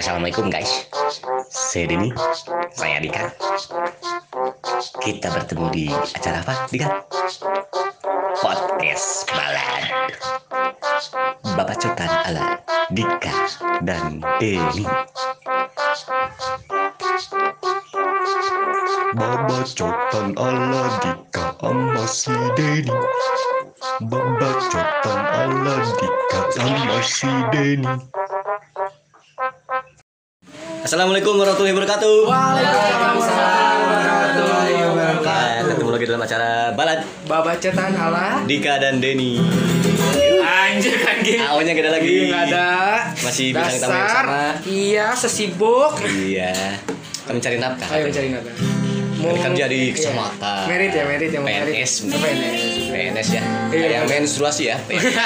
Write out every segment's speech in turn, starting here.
Assalamualaikum guys, saya Denny, saya Dika. Kita bertemu di acara apa, Dika? Podcast Balad Babacotan ala Dika dan Denny. Babacotan ala Dika sama si Denny. Babacotan ala Dika sama si Denny. Assalamualaikum warahmatullahi wabarakatuh. Waalaikumsalam warahmatullahi wabarakatuh. Ketemu lagi dalam acara Balad Babacotan ala Dika dan Denny. anjir kan gitu. AO-nya gak ada lagi. Nggak ada. Masih bintang tamu yang Dasar. sama. Iya, sesibuk. Iya. Kita mencari nafkah. Ayo mencari nada. Kan kerja di kecamatan. Merit ya, merit ya, mau merit. PNS. PNS. PNS ya. Iya. Yang menstruasi ya.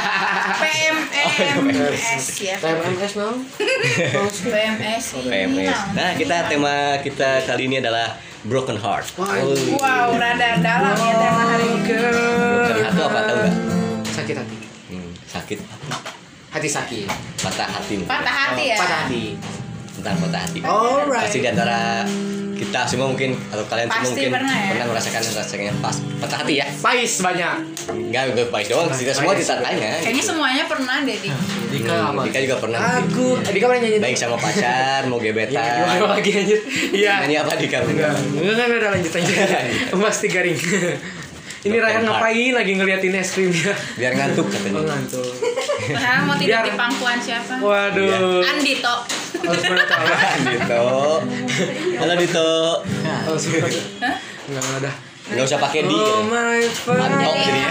PMS ya. PMS no? PMS. PMS. Nah, tema kita kali ini adalah Broken Heart. Wow, rada dalam ya tema hari ini. Broken Heart itu apa, tahu nggak? Sakit hati. Sakit. Hati sakit. Patah hati. Patah hati ya. Patah hati. Tentang patah hati. Alright. Pasti di antara kita semua mungkin atau kalian semua Pasti mungkin pernah ya? merasakan rasanya pas patah hati ya. Pais banyak. Enggak pahit doang, kita semua ditanya. Kayaknya semuanya pernah deh, Dik. Dika apa? Dika juga pernah. Aku. Dika pernah nyanyi. Baik sama pacar, mau gebetan. Gimana lagi anjir? Iya. Nyanyi apa Dika? Enggak ada lanjut aja. Pasti garing. Ini Ryan ngapain lagi ngeliatin es krimnya? Biar ngantuk Oh, katanya. ngantuk. Padahal mau tidur Biar- di pangkuan siapa? Waduh. Andito. Harus pada tahu. Dito. Halo Dito. Harus pada. Hah? Enggak ada. Enggak usah pakai di. Oh my Mantap god. jadi.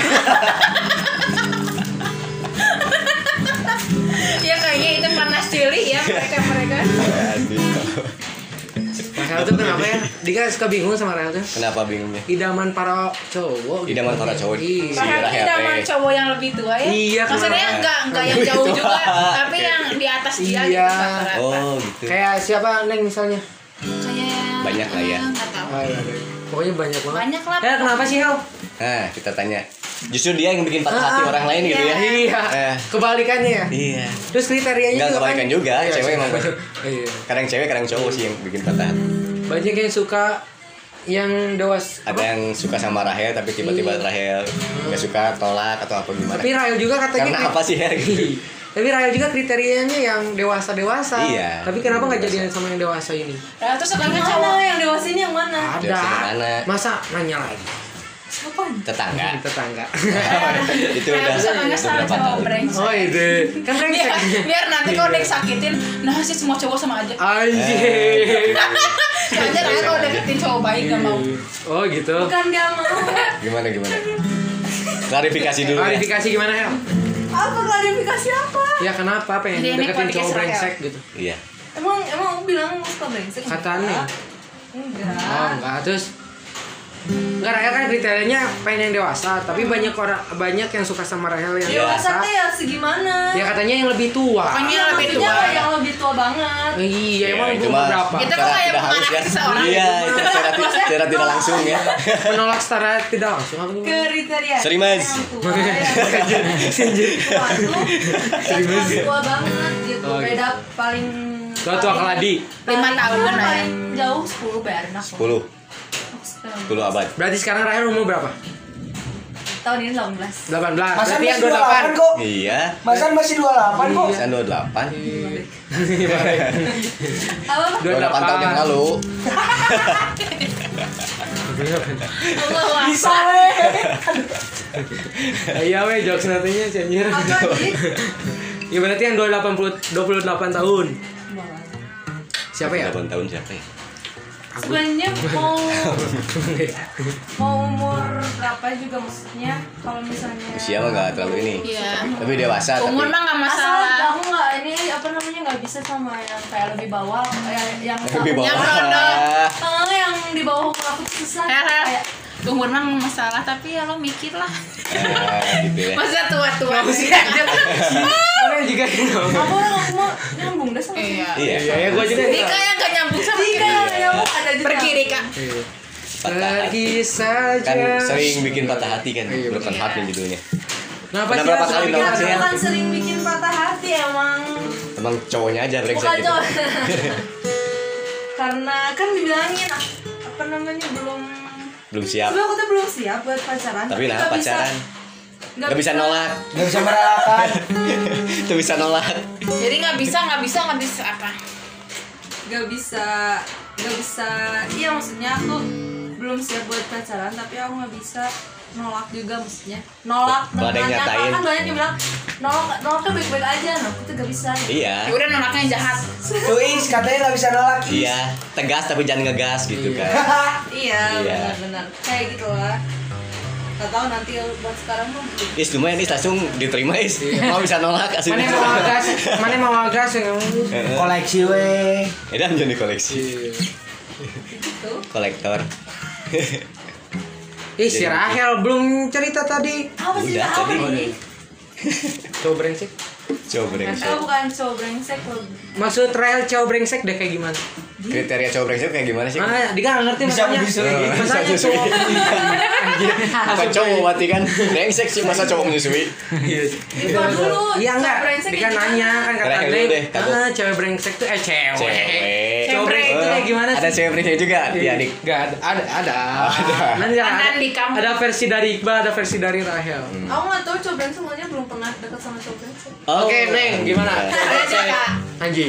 Ya kayaknya itu panas cili ya mereka. Dito. Rahel tuh kenapa ya? Dika suka bingung sama Rahel tuh. Kenapa bingungnya? Idaman para cowok. Idaman para cowok. Iya. Padahal Rahel, idaman cowok yang lebih tua ya. Iya, Maksudnya kenapa? enggak yang jauh Lebih tua. juga, tapi yang di atas dia gitu Iya. rata-rata. Oh, gitu. Kayak siapa Neng misalnya? Kayak Banyak lah ya. Enggak tahu. Oh, iya. Pokoknya banyak banget. Banyak lah. Ya kenapa sih Hel? Nah, kita tanya. Justru dia yang bikin patah hati orang lain gitu ya. Iya. Iya. Kebalikannya ya. Iya. Terus kriterianya Enggak juga kebalikan juga, Iya, cewek sih. emang banyak. Iya. Kadang cewek, kadang cowok sih yang bikin patah hati. Banyak yang suka yang dewasa. Ada yang suka sama Rahel tapi tiba-tiba Iya. Rahel nggak suka, tolak atau apa gimana. Tapi Rahel juga katanya Karena apa sih ya gitu? Tapi Rahel juga kriterianya yang dewasa-dewasa. Iya. Tapi kenapa nggak jadian sama yang dewasa ini? Nah, terus sukanya cowok yang dewasa ini yang mana? Dewasa yang mana? Masa nanya lagi? Tetangga. Tetangga. Itu udah Sukanya sama beberapa cowok tahun. brengsek. Oh itu. Kan brengsek. Biar nanti kalau dia sakitin, nah sih semua cowok sama aja. Anjir. Soalnya Raya kalau deketin cowok baik gak mau. Oh gitu. Bukan gak mau. Gimana? Klarifikasi dulu ya. Klarifikasi gimana Hel? Apa klarifikasi apa? Ya kenapa pengen Jadi ini deketin podcast cowok Rahel. brengsek gitu? Iya. Emang aku bilang suka brengsek? Kata Neng. Enggak. Oh enggak terus. Enggak Rahel kan kriterianya pengen yang dewasa, tapi banyak yang suka sama Rahel yang Dewasa dewasa. teh ya segimana? Ya katanya yang lebih tua. Pokoknya yang lebih Maksudnya tua. yang lebih tua banget. Iya, emang itu umur mah berapa? Itu secara kayak tidak halus mengarah ya. seseorang. Iya, itu secara tidak langsung ya. Menolak secara tidak langsung apa gimana? Kriteria Sorry, Mas. yang tua, yang tua banget gitu. Oh, gitu. Beda paling Tua keladi. 5 tahun lah ya. paling jauh 10 bayar enak. 10 abad. Berarti sekarang Rahel umur berapa? Tahun ini 18. 18. Masan Berarti yang masih 28 28. kok. Iya. Masan masih 28 kok. Bisa 28. Apa? 28 tahun yang lalu. Allah Bisa weh. Iya weh jokes nantinya si anjir. Apa sih? Ya berarti yang 28 tahun. Siapa ya? 8 tahun siapa ya? Sebenarnya mau umur berapa juga maksudnya kalau misalnya Usia mah nggak terlalu ini. Iya. Tapi dewasa tapi. Umur mah gak asal masalah. aku nggak ini apa namanya nggak bisa sama yang kayak lebih bawah yang Lebih bawah. Yang ronde. yang di bawah umur aku tuh susah Hel, kayak umur mah gak masalah, tapi ya lo mikir lah. Gitu ya. Masa tua-tua. Kamu sih aja. Orang juga gitu. aku mau nyambung deh sama Iya. Iya. Ya gua juga. Dika yang gak nyambung sama Dika yang nyambung ada juga Pergi Dika. Patah hati. Pergi saja. Kan sering bikin patah hati kan. Iya, Broken betul. heart nih judulnya. Kenapa Pernah sih berapa Ras? kali Bikin nolak hati? sih? Bukan sering bikin patah hati emang. Emang cowoknya aja brengsek Bukan gitu. cowok. Karena kan dibilangin apa namanya Belum siap. Sebenernya aku tuh belum siap buat pacaran. Tapi nah nggak pacaran. nggak Gak bisa nolak. Gak bisa merelakan. Tuh bisa nolak. Jadi nggak bisa apa? Nggak bisa. Iya maksudnya aku belum siap buat pacaran, tapi aku nggak bisa nolak juga maksudnya. Nolak Kalau ada yang dengan nyatain. kan banyak yang bilang nolaknya baik-baik aja, nah aku tuh nggak bisa. Iya. Ya udah nolaknya yang jahat. Tuh Is, katanya gak bisa nolak. Iya. Tegas tapi jangan ngegas gitu kan. Iya, Iya. benar-benar kayak gitu lah. Gak tahu nanti buat sekarang tuh Is lumayan Is langsung diterima Is. Mau bisa nolak asli. Mana mau agas yang Koleksi weh. Edan jadi koleksi. gitu. Kolektor. Ih, si Rahel belum cerita tadi. Apa sih Udah, apa tadi. nih? Cowok brengsek. Cowok brengsek. Aku bukan cowok brengsek loh. Maksud Rahel cowok brengsek deh kayak gimana? Kriteria cowok brengsek kayak gimana sih? Ah, Dika nggak ngerti Bisa maksudnya. menyusui. Maksudnya Bisa cowok. Bukan cowok berarti kan brengsek sih masa cowok menyusui. Itu dulu. Iya enggak? cowok brengsek Dika kayak nanya gimana? kan kata Rahel dulu deh, kamu. cewek brengsek tuh cewek. Cewek. Cowok brengsek itu kayak gimana sih? Ada cewek brengsek juga, iya dik. Enggak ada. Nanti Mantan di kamu. ada versi dari Iqbal, ada versi dari Rahel. Aku nggak tahu cowok brengsek, soalnya belum pernah dekat sama cowok brengsek. Oke, Neng, gimana? Ada Dika. Anjing.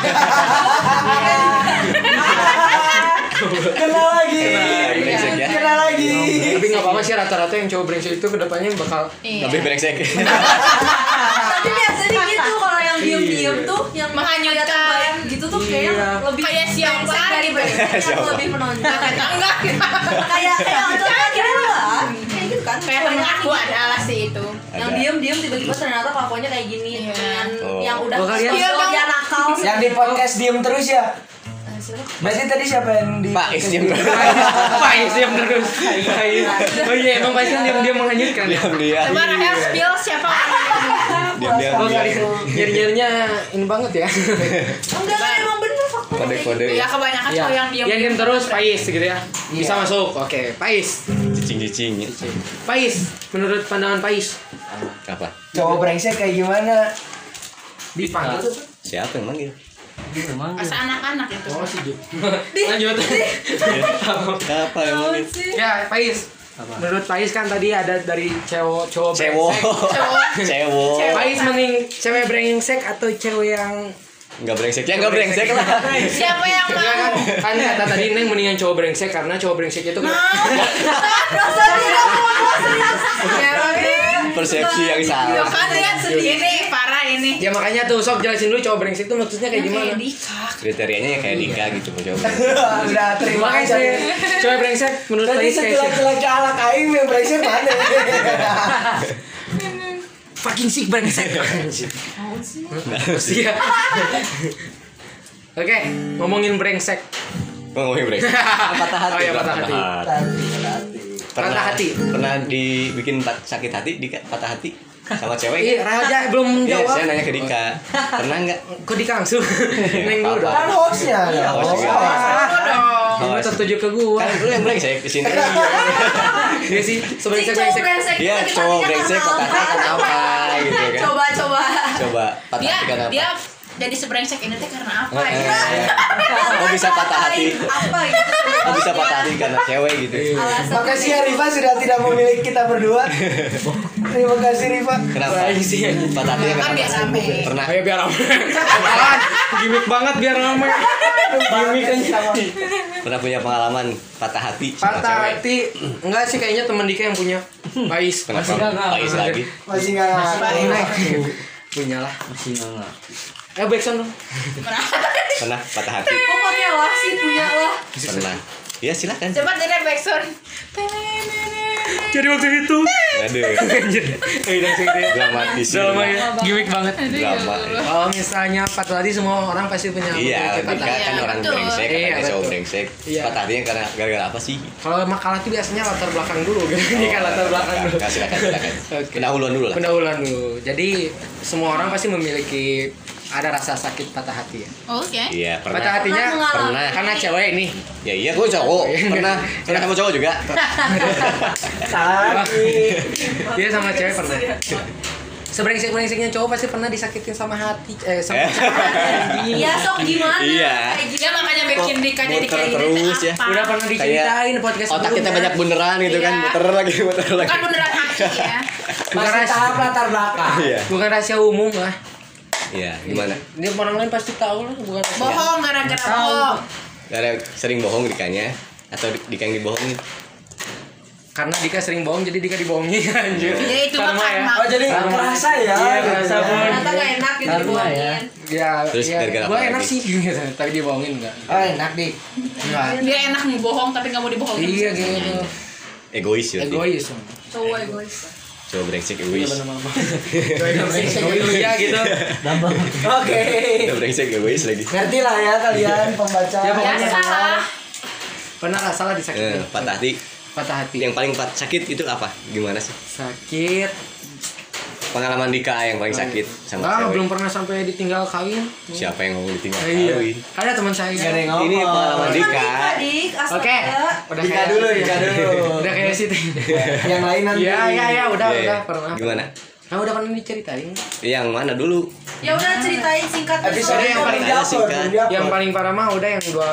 Kena lagi. brengsek ya. Kena lagi. Tapi nggak apa-apa sih, rata-rata yang cowok brengsek itu kedepannya bakal Iya. Lebih brengsek. Tapi biasanya gitu kalau yang diem-diem tuh yang Menghanyutkan. kelihatan baik gitu tuh kayak Iya. lebih Kayak siapa brengsek dari gitu. brengsek yang Siapa? lebih menonjol. Enggak. Kayak contohnya gitu lah. Kayak gitu kan. Kayak temen aku adalah sih itu. Yang Ada. diem-diem tiba-tiba ternyata kelakuannya kayak gini. Iya. Yang Oh. yang udah Oh, kalian- kesel, dia nakal. Yang di podcast diem terus ya. Siapa? Berarti tadi siapa yang di Pak Is diam. Pais diam terus. Pais. Oh iya, emang Pais kan diam menghanyutkan. Diam dia. Coba Rahel spill siapa Diam. Oh, kali nyari-nyarinya ini banget ya. Enggak kan emang bener faktanya. Kode-kode Ya ya. kebanyakan Iya. cowok yang diam. Yang diam terus Pais gitu ya. Bisa Iya. masuk. Oke, Pais. Cicing-cicing. Pais, menurut pandangan Pais Apa? cowok brengsek kayak gimana? dipanggil tuh. Siapa yang manggil? Pas anak-anak itu. Oh, sih. Lanjut. Apa yang manggil? Ya, Pais. Menurut Pais kan tadi ada dari cowok Cewek. brengsek. Cewek. Pais mending cewek brengsek atau cewek yang Enggak brengsek. Ya enggak brengsek lah. Siapa yang Enggak kan? mau? Kan kata tadi Neng mendingan cowok brengsek karena cowok brengsek itu kan Persepsi yang Yo salah. kan lihat ini parah ini. ya makanya tuh sok jelasin dulu cowok brengsek itu maksudnya kayak gimana. Kayak Dika. Kriterianya ya kayak Dika gitu mau coba. Udah terima Makanya aja. saya cowok brengsek menurut Tadi Pais kayak satu laki-laki ala kain yang brengsek mana? fucking sick brengsek. Iya. Oke, ngomongin brengsek. Ngomongin brengsek. Patah hati. Oh iya, patah hati. Patah hati. Pernah dibikin sakit hati, Dika? Patah hati sama cewek? Iya, Raja belum Iya, jawab. saya nanya ke Dika. Pernah enggak? Kok Dika langsung? Neng dulu dong. Kan hostnya. Iya, host juga. Ini tertuju ke gua. Kan lu yang brengsek di sini. Iya sih, Si sebrengsek cowok brengsek. brengsek Dia sakit cowok hatinya brengsek karena patah hati karena apa gitu kan. Coba Coba patah Dia hati karena apa? dia jadi sebrengsek ini teh karena apa ya? Oh bisa patah hati. Apa gitu? Oh bisa patah hati karena cewek gitu. Alasan Makasih ya Rifa sudah tidak memilih kita berdua. Terima kasih Rifa. Kenapa? Patah hatinya Kan karena biar rame. pernah. Ayo biar rame. Apaan? Gimik banget biar rame. Gimik aja. Pernah punya pengalaman patah hati sama Patah cewek? hati. Enggak sih kayaknya teman Dika yang punya. Pais. Kenapa? Pais lagi. Masih nggak ngaku. Punya lah. Backsound dong. Pernah patah hati. kok pakai lah sih punya lah. Pernah. Ya silakan. Coba dari backsound. Jadi waktu itu. Aduh. Dramatis. Drama ya. Gimik banget. Drama. Kalau misalnya patah hati semua orang pasti punya. Iya, patah Dika hati. kan Iya, orang betul. brengsek, Iya, katanya cowok betul. brengsek. Iya. Patah hatinya karena gara-gara apa sih? Kalau makalah itu biasanya latar belakang dulu gitu. Dika latar belakang dulu. Silakan. Oke. Pendahuluan dulu lah. Pendahuluan dulu. Jadi semua orang pasti memiliki ada rasa sakit patah hati ya. Oke. Iya, Patah pernah. hatinya Pernah. karena cewek ini. Ya iya, gue cowok. Pernah. Pernah sama cowok juga. Sakit. Dia sama cewek pernah. Sebrengsek-brengseknya cowok pasti pernah disakitin sama hati sama Iya sok gimana? Iya. Kayak gitu. Dia makanya bikin Dika jadi Muter kayak terus gini. ya. udah pernah diceritain podcast Otak kita sebelumnya. banyak beneran gitu kan, Iya. muter lagi. Bukan beneran haki ya. Bukan Masih rahasia, tahap latar belakang. Iya. bukan rahasia umum lah. Iya, gimana? Ini orang lain pasti tahu lah, bukan rahasia. Bohong gara-gara bohong. Gara sering bohong Dikanya atau Dika yang dibohongin? Karena Dika sering bohong jadi Dika dibohongin anjir. Ya itu mah Karma ya. karma. Oh jadi Karma. kerasa ya. Iya, gitu kerasa, ya. Bun. Ternyata gak enak gitu Karma dibohongin. Ya, Terus ya, gara-gara gua apa enak lagi? sih gitu, tapi dibohongin enggak. Oh enak dik. Enggak. Dia enak ngebohong tapi nggak mau dibohongin. Iya gitu. Egois ya. Egois. Cowok egois. Coba brengsek Iya egois. benar-benar. Egois ya gitu. Oke. Udah brengsek egois lagi. Ngerti lah ya kalian pembaca. Ya, pokoknya salah. Pernah lah salah disakitin. Patah hati. Patah hati. Yang paling sakit itu apa? Gimana sih? Sakit. Pengalaman Dika yang paling sakit sama Enggak, cewek. belum pernah sampai ditinggal kawin. Siapa yang ngomong ditinggal Iya. kawin? Ada teman saya. Gak ada yang ngomong. Ini pengalaman Dika. Dik, Oke. astaga. Udah Dika kayak dulu, Dika dulu. Udah kayak situ. Yang lain nanti. Iya, udah Iya, iya. pernah. Gimana? Kamu udah pernah diceritain? Yang mana dulu? Ya udah ceritain singkat dulu. Episode yang yang paling paling singkat. diupload, belum diupload. Yang paling parah mah udah yang dua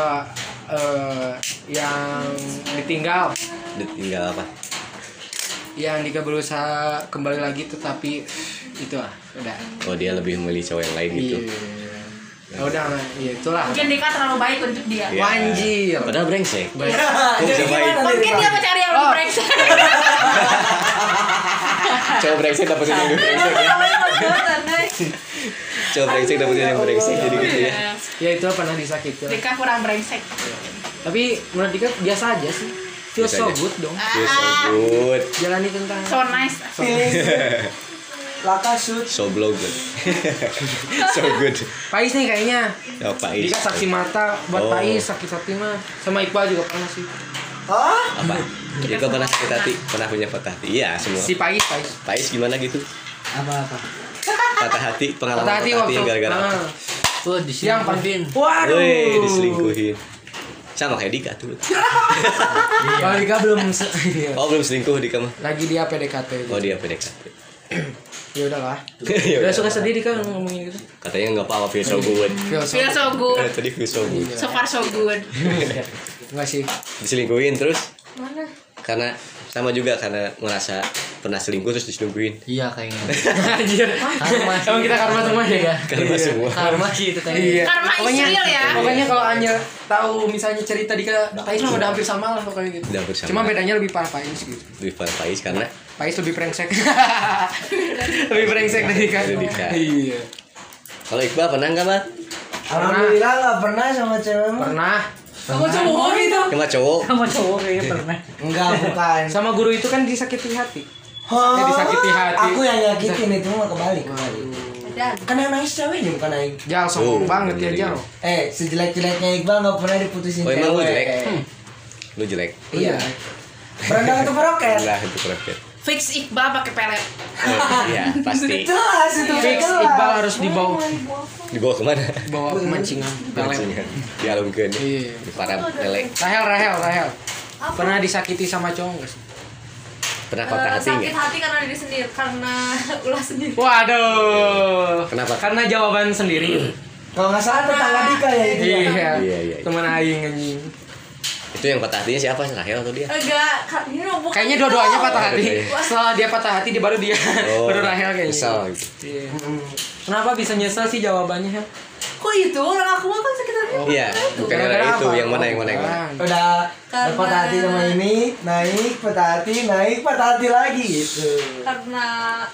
yang ditinggal. Ditinggal apa? Yang Dika berusaha kembali lagi tetapi itu lah, udah. Oh dia lebih memilih cowok yang lain gitu. Iya. Ya udah, iya itulah. Mungkin Dika terlalu baik untuk dia. Iya. Wanjir. Padahal brengsek. Baik. Kok bisa Jadi baik? gimana nih, Mungkin Pak? dia mencari yang lebih brengsek. Cowok brengsek dapetin yang brengsek ya. Cowok brengsek dapetin yang brengsek jadi gitu ya. Ya itu pernah disakitin. Dika kurang brengsek. Tapi menurut Dika biasa aja sih. Feel Biasa so aja. good dong. Feel so good. Jalani tentang So nice. Feeling good. Laka shoot. So blow good. So good. Pais nih kayaknya. Oh, Pais. Dika saksi mata buat Oh. Pais sakit-sakit mah. Sama Iqbal juga pernah sih. Hah? Apa? Dika pernah sakit hati? Pernah punya patah hati? Iya semua. Si Pais. Pais gimana gitu? Apa-apa? Patah hati, pengalaman Patah hati waktu yang gara-gara apa? Tuh yang paling. Waduh. Woi, diselingkuhin. Sama kayak Dika tuh. Kalau Dika belum Oh, belum selingkuh Dika mah. lagi dia PDKT. Oh, dia PDKT. Ya udahlah. Ya Udah udah. suka sedih Dika ngomongin gitu. Katanya enggak apa-apa, feel so good. Feel so Feel so good. Tadi feel so good. So far so good. Enggak sih. Diselingkuhin terus Mana? karena sama juga karena merasa pernah selingkuh terus diselingkuhin. Iya kayaknya. Anjir. Emang kita karma semua ya? Karena semua. Karma sih itu tadi. Iya. Karma is real ya. Pokoknya kalau Anya tahu misalnya cerita Dika Pais mah udah hampir sama lah pokoknya gitu. Udah hampir sama. Cuma bedanya lebih parah Pais gitu. Lebih parah Pais karena Pais lebih brengsek. Lebih brengsek dari Dika. Dari Dika. Iya. kalau Iqbal pernah enggak, Bang? Alhamdulillah nggak pernah sama cewek mah. Pernah. Kamu cowok gitu. Cuma cowok. Sama cowok kayaknya pernah. Enggak bukan. Sama guru itu kan disakiti hati. Hah? disakiti hati. Aku yang nyakitin itu mah kebalik. Dan Kan yang nangis ceweknya bukan aing. Jal sombong Oh, banget ya iya. Jal. Sejelek-jeleknya Iqbal nggak pernah diputusin Oh, emang lu cewek. jelek? Lu jelek. Iya. Berenang itu meroket. Lah itu kroket. Fix Iqbal pakai pelet. Oh, iya, pasti. Jelas itu. Fix jelas. Iqbal harus dibawa Dibawa kemana? bawa pemancingan. Pancingan. Dialungkeun. Iya. Di para lele. Rahel. Pernah disakiti sama cowok nggak sih? Pernah patah hati sakit enggak? hati karena diri sendiri, karena ulah sendiri. Waduh. Kenapa? Karena jawaban sendiri. Kalau nggak salah tetangga Dika ya itu. ya. Iya. Teman aing anjing. Itu yang patah hatinya siapa? Rahel atau dia? Enggak, ini mah bukan. Kayaknya dua-duanya patah Oh, hati. dua-duanya. Setelah dia patah hati, dia baru dia. Oh, Baru Rahel kayaknya. Kesal gitu. Iya. Kenapa bisa nyesel sih jawabannya, Hel? Kok itu orang aku mah kan sakit hati. Iya, bukan Gara-gara gara itu apa? yang mana Oh, yang mana yang mana. bukan. Udah Karena- patah hati sama ini, naik patah hati, naik patah hati lagi gitu. Karena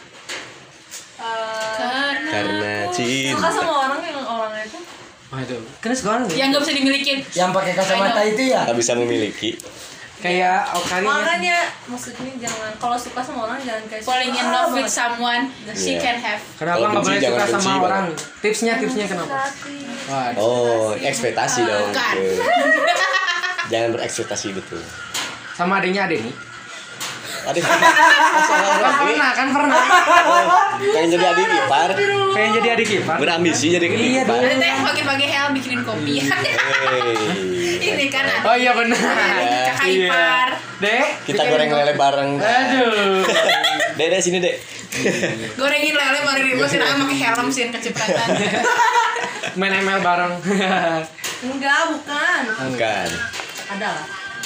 Karena suka cinta. sama orang yang orangnya itu Waduh. Karena sekarang Yang nggak bisa dimilikin. Yang pakai kacamata itu ya. Tak bisa memiliki. kayak Okari ya. makanya maksudnya jangan, kalau suka sama orang jangan kayak Falling in suka love with banget. someone she Iya. can have. Kenapa Kalau nggak benci, boleh jangan suka benci sama banget. orang? Tipsnya kenapa? Hati. Waduh. Oh, ekspektasi dong. Bukan. Betul. Jangan berekspektasi betul. Sama adanya nih. Aduh. Kan pernah. Pengen jadi adik ipar. Pengen jadi adik ipar. Berambisi jadi adik Iya, ipar. Nanti pagi-pagi Hel bikinin kopi. Ini kan ada. Oh iya benar. Kakak ipar. Dek, Kita goreng lele bareng. Aduh. Dek sini, Dek. Gorengin lele bareng ribut sih pakai helm sih kecipratan. Main ML bareng. Enggak, bukan. Bukan. Ada lah.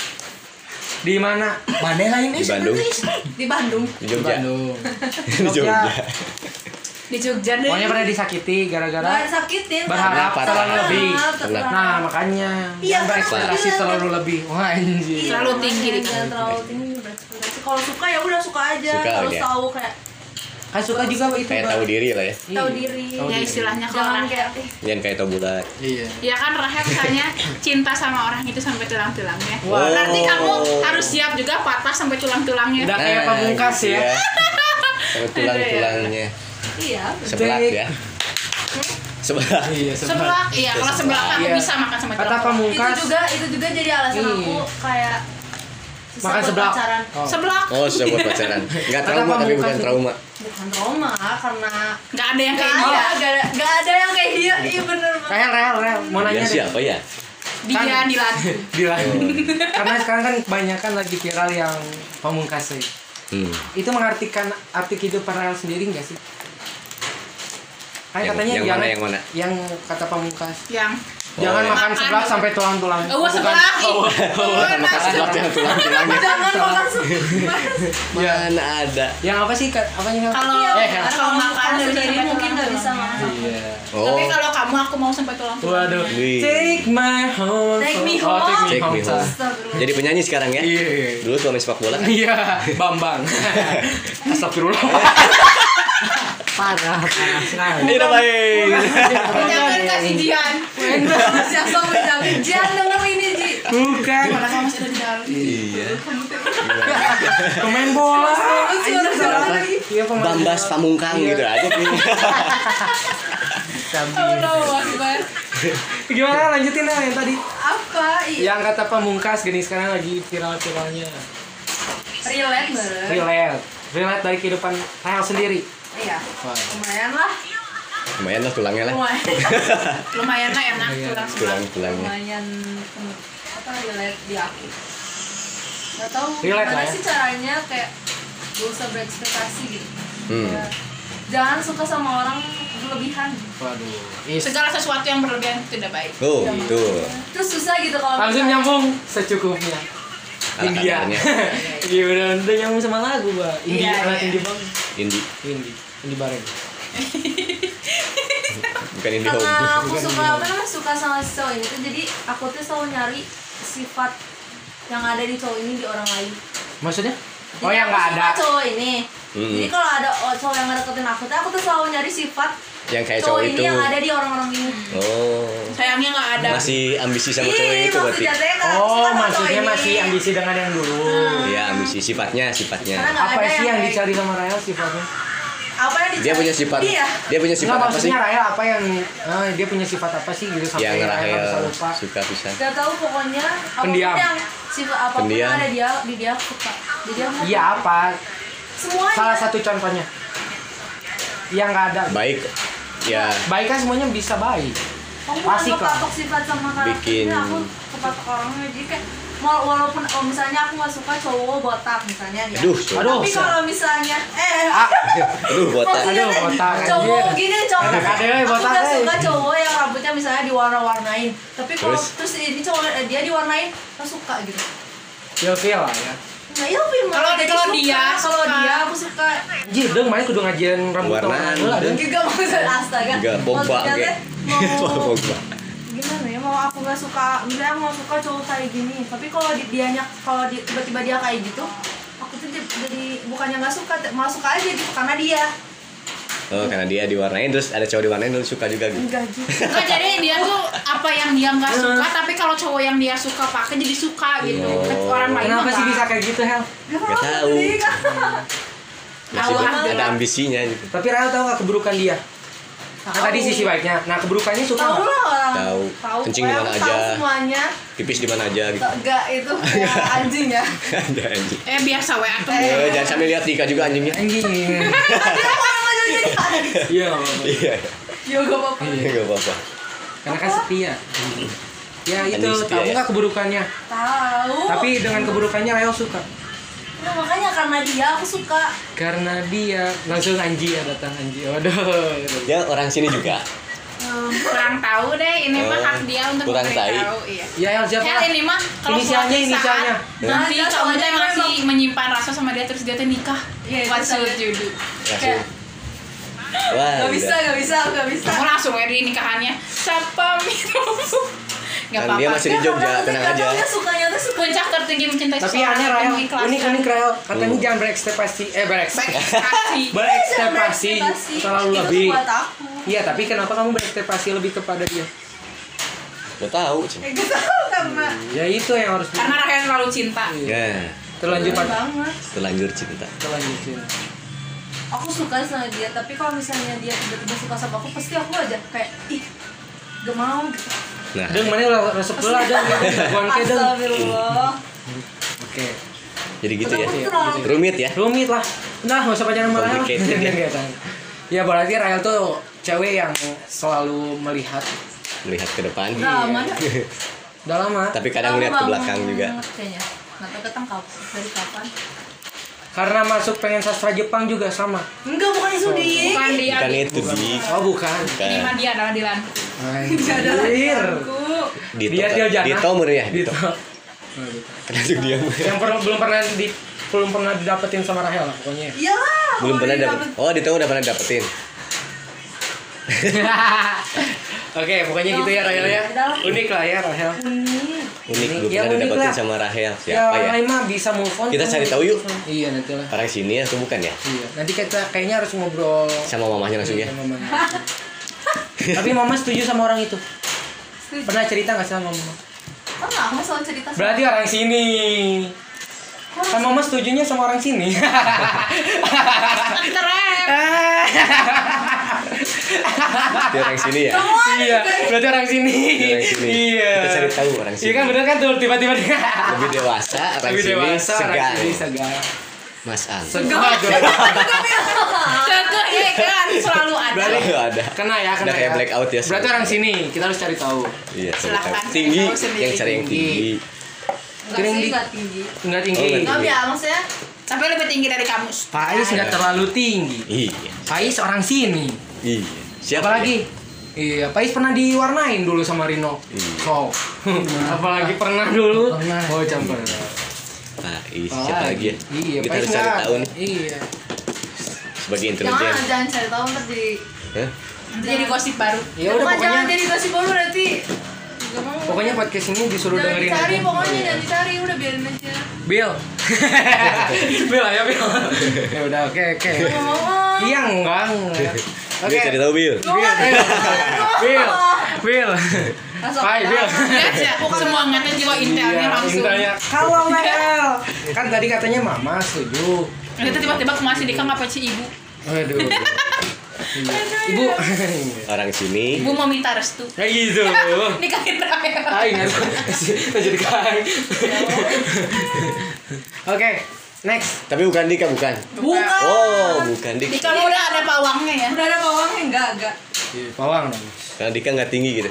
Di mana? Mana lah ini? Di Bandung, Di Bandung, di Jogja. Di Jogja. Jogja. di Jogja deh. Pokoknya pernah disakiti Gak gara-gara disakitin. berharap Pernah. terlalu lebih. Pernah. Nah, makanya Iya, jangan berekspektasi pernah. terlalu lebih. Wah, anjir. Terlalu tinggi di Jangan terlalu tinggi berekspektasi. Kalau suka ya udah suka aja. Suka Kalau aja. tahu kayak Kan suka juga itu. Kayak Bang. tahu diri lah ya. tahu diri. Ya istilahnya kalau Jangan orang kayak Jangan kayak tahu bulat. Iya. ya kan Rahel misalnya cinta sama orang itu sampai tulang-tulangnya. Wow. Berarti kamu harus siap juga patah sampai tulang-tulangnya. Udah kayak pamungkas ya. iya. Sama tulang-tulangnya. iya. Sebelah ya. Sebelah. Iya, Sebelah, iya kalau sebelah aku Iya. bisa makan sama Kata tulang. pamungkas. Itu juga jadi alasan Iya. aku kayak susah Makan buat seblak. pacaran. Oh. Sebelah, Oh, sudah buat pacaran. Enggak Kata trauma tapi pamungkas bukan itu. trauma. Bukan trauma karena nggak ada yang nggak kayak dia. ada yang kayak dia. Iya bener banget. Rel. Mau Dia nanya deh. siapa ya? Dia Kan- dilatih. Bilang. Karena sekarang kan kebanyakan lagi viral yang pamungkas sih. Itu mengartikan arti kehidupan Rel sendiri nggak sih? Kan Yang- katanya yang jangan mana, yang mana? yang kata pamungkas. Yang Jangan yang- makan seblak sampai tulang-tulang. oh sebelah. Makan sebelah dengan tulang-tulangnya. Jangan makan seblak. Mana ada? Yang apa sih? Apanya? Kalau Hel. kalau makan sendiri sampai mungkin nggak bisa tulang-tulang. makan. Iya. Tapi Oh. kalau kamu aku mau sampai tulang-tulang. Waduh. Wih. Take my home. Take me Oh, take me Take home. me home. Astagfirullah. Jadi penyanyi sekarang ya? Iya. Dulu suami sepak bola kan? Iya, Bambang. Astagfirullah. Parah sekali. Ini udah baik. Jangan kasih Jian. Jangan denger ini Ji. Bukan. Mana kamu masih ada di dalam? Iya. Pemain bola. Suara lagi. Iya, pemain. Bambas Pamungkang Iya. gitu aja nih. Allah Akbar. Gimana lanjutin lah yang tadi? Apa? Yang kata pamungkas gini sekarang lagi viral-viralnya. Relate banget. Relate dari kehidupan Rahel sendiri. Iya. Lumayan lah. Lumayan lah tulangnya lah. Lumayan lah enak Lumayan. tulang sebelah. Tulangnya. Lumayan relate di aku. Gak tau Relate gimana lah ya. sih caranya kayak gak usah berekspektasi gitu. Kayak, jangan suka sama orang berlebihan. Waduh. Segala sesuatu yang berlebihan itu tidak baik. Oh, gitu. Terus susah gitu kalau Langsung misalnya- nyambung secukupnya. Ala India. kadarnya. Iya udah nyambung sama lagu, Mbak. Indie, Iya, anak iya. indie bang. Indie. Indie bareng. Bukan indie home. Karena aku Bukan suka indie. apa namanya suka sama si cowok ini tuh jadi aku tuh selalu nyari sifat yang ada di cowok ini di orang lain. Maksudnya? Jadi Oh yang aku nggak suka ada. cowok ini. Jadi kalau ada cowok yang ngedeketin aku tuh selalu nyari sifat Yang kayak cowok cowok ini itu. yang ada di orang-orang ini. Oh. Sayangnya nggak ada. Masih ambisi sama cowok yang itu berarti. maksudnya teh, kalau aku Oh, suka sama maksudnya cowok ini. masih ambisi dengan yang dulu. Iya, ambisi sifatnya. Karena nggak Apa ada sih yang kayak- dicari sama Rahel sifatnya? Apa yang dicari? Dia punya sifat. Iya. Dia punya sifat Enggak, apa sih? maksudnya Rahel apa yang dia punya sifat apa sih gitu sampai Yang Rahel bisa Rahel lupa. suka pisan. Gak tahu pokoknya apapun Pendiam. yang sifat apapun Pendiam. yang ada di dia aku suka. Jadi aku Iya apa? semuanya. Salah satu contohnya. Yang nggak ada. Baik. Ya, Baik kan semuanya bisa baik. Aku Pasti bukan kok. kepatok sifat sama Bikin- karakternya, aku kepatok orangnya. Jadi kayak walaupun misalnya aku nggak suka cowok botak misalnya ya. aduh, Aduh, Tapi kalau misalnya aduh botak. maksudnya Aduh, teh, botak, cowok anjir. gini cowok Kadang-kadang aku botak, nggak eh. suka cowok yang rambutnya misalnya diwarna-warnain. Tapi kalau Terus? terus ini cowok dia diwarnain nggak suka gitu. Feel lah ya. Nah iya film Kalau dia kalau suka. dia aku suka. Anjir, dong main kudu ngajian rambut Warnaan, heula, dong. dong. Juga maksud astaga. Juga Pogba Maksudnya kayak. teh, mau Pogba. gimana ya, mau aku nggak suka, misalnya aku nggak suka cowok kayak gini, tapi kalau tiba-tiba dia kayak gitu, aku tuh jadi bukannya nggak suka, malah suka aja gitu karena dia. Oh, karena dia diwarnain terus ada cowok diwarnain lu suka juga gitu. Enggak gitu. Enggak, jadi dia tuh apa yang dia nggak suka, tapi kalau cowok yang dia suka pakai jadi suka gitu. Oh. Orang lain Kenapa mah sih nggak. bisa kayak gitu, Hel? Gak tahu. Masih Allah. ada ambisinya gitu. Tapi Rahel tahu gak keburukan dia? Nah, tadi sisi baiknya. Nah, keburukannya suka Tahu nggak? lah orang. Tahu. Kencing di Pokoknya mana aku aja. Tahu semuanya. Pipis di mana aja gitu. Enggak itu kayak anjing ya. Ada anjing. Biasa we atuh. Jangan sambil lihat Dika juga anjingnya. Anjing. Iya, nggak apa-apa. Iya. Yo gak apa-apa. Enggak apa-apa. Karena kan setia. Ya itu, Anjing setia, tahu ya? nggak keburukannya? Tahu. Tapi dengan keburukannya Rahel suka. Nah, makanya karena dia aku suka. Karena dia langsung Anji ya datang Anji. Waduh. Dia orang sini juga. Kurang tahu deh, ini mah hak dia untuk Kurang memberitahu. Iya. Ya El siapa? Ya ini mah kalau Inisialnya, suatu inisialnya. saat nanti Nah, kamu soalnya teh masih memang- menyimpan rasa sama dia terus dia teh nikah. Iya, itu What's saya. judul? Langsung. Wah. Gak bisa, udah. gak bisa. Kamu langsung ya di nikahannya. Siapa minum? Gak Kan dia apa-apa. masih di Jogja, tenang aja. Dia sukanya tuh suka. Puncak tertinggi mencintai Tapi seseorang, aneh Rahel, mengikhlaskan. unik Rahel. Katanya jangan berekspektasi, Ekspektasi. berekspektasi terlalu Itu lebih. buat aku. Iya, tapi kenapa kamu berekspektasi lebih kepada dia? Gak tahu, Cing. Gak tahu karena Ya itu yang harus Karena Rahel terlalu cinta. Ya, terlanjur Bener pada banget. terlanjur cinta. terlanjur cinta. Aku suka sama dia, tapi kalau misalnya dia tiba-tiba suka sama aku, pasti aku aja kayak ih gak mau gitu. Nah, Deng mana ulah resep heula deng. Jagoan ke deng. Astagfirullah. Oke. jadi gitu ya. Aku terlalu Rumit ya. Rumit lah. Nah, nggak usah pacaran sama Rahel. Complicated. Dia tahu. Ya berarti Rahel tuh cewek yang selalu melihat. Melihat ke depan. drama dah. Udah lama. Tapi kadang lihat ke belakang juga. Kayaknya. Nggak tahu ketang dari kapan. Karena masuk pengen sastra Jepang juga sama. Enggak, bukan itu dia. Bukan dia. Bukan itu di. Oh bukan. Ini mah dia adalah Dilan. Anjir. Dito. Dia Jana. Dito mur ya. Dito. Kenapa dia? Yang belum pernah didapetin sama Rahel lah pokoknya. Iyalah. Belum pernah dapet. Oh, Dito udah pernah dapetin. Oke, pokoknya gitu ya Rahel ya. Unik lah ya Rahel. Unik, belum Ya, pernah unik dapetin lah. sama Rahel. Ya, Siapa orang ya? lain mah bisa move on. Kita tuh. cari tahu yuk. Iya, nanti lah. Orang sini atau bukan ya? Iya. Nanti kita kayaknya harus ngobrol Sama mamahnya langsung ya. sama mamanya. Tapi mama setuju sama orang itu. Pernah cerita nggak sama mama? Oh, nggak, aku selalu cerita sama Berarti orang sini. Kan mama setujunya sama orang sini. Keren. Dia orang sini ya. Iya, berarti orang sini. Dia orang sini. Iya. Kita cari tahu orang sini. Iya kan bener kan tuh tiba-tiba dia. Lebih dewasa, orang Lebih sini dewasa, orang segar. sini segar. Mas Ang. Segar. Keke ya kan selalu ada. Berarti ada. kena ya, kena Udah kayak ya. blackout ya. Berarti orang sini, kita harus cari tahu. Iya, Silahkan tahu. cari Tinggi, tahu sendiri. yang cari yang tinggi. Enggak Kering sih, di- enggak tinggi. Enggak tinggi. Oh, Enggak ya, maksudnya Tapi lebih tinggi dari kamu. Faiz enggak terlalu tinggi. Iya, Faiz orang sini. iya. Siapa Apalagi? Iya, Faiz pernah diwarnain dulu sama Rino. Iya. So, apalagi pernah dulu. Pernah. Oh, campur. Faiz, siapa lagi ya? Iya, Kita Faiz harus cari nggak- tahu nih. Iya. Sebagai intelijen. jangan cari tahu ntar jadi Hah? Nanti jadi gosip baru. Ya udah Bukan, jangan pokoknya jadi gosip baru nanti. Gak mau. pokoknya podcast ini disuruh Jangan dengerin dicari, aja. pokoknya jangan dicari, udah biarin aja. Bill. Bill ayo Bill. Ya udah oke. Gak mau. Iya enggak. Oke. Dia cari tahu Bill. Bill. Hai Bill. Lihat ya, semua ngata jiwa intelnya langsung. Intelnya. Kalau Mel. Kan tadi katanya mama setuju. Nanti tiba-tiba ke masih Dika ngapa ci ibu. Waduh. Ibu. Orang sini. Ibu mau minta restu. Kayak gitu. Nikahin Rahel. Hai nggak jadi kan. Oke, next. Tapi bukan Dika, bukan. Bukan. Oh, bukan Dika. Dika mah udah ada pawangnya ya. Udah ada bawangnya enggak. Pawang dong. Karena Dika nggak tinggi gitu.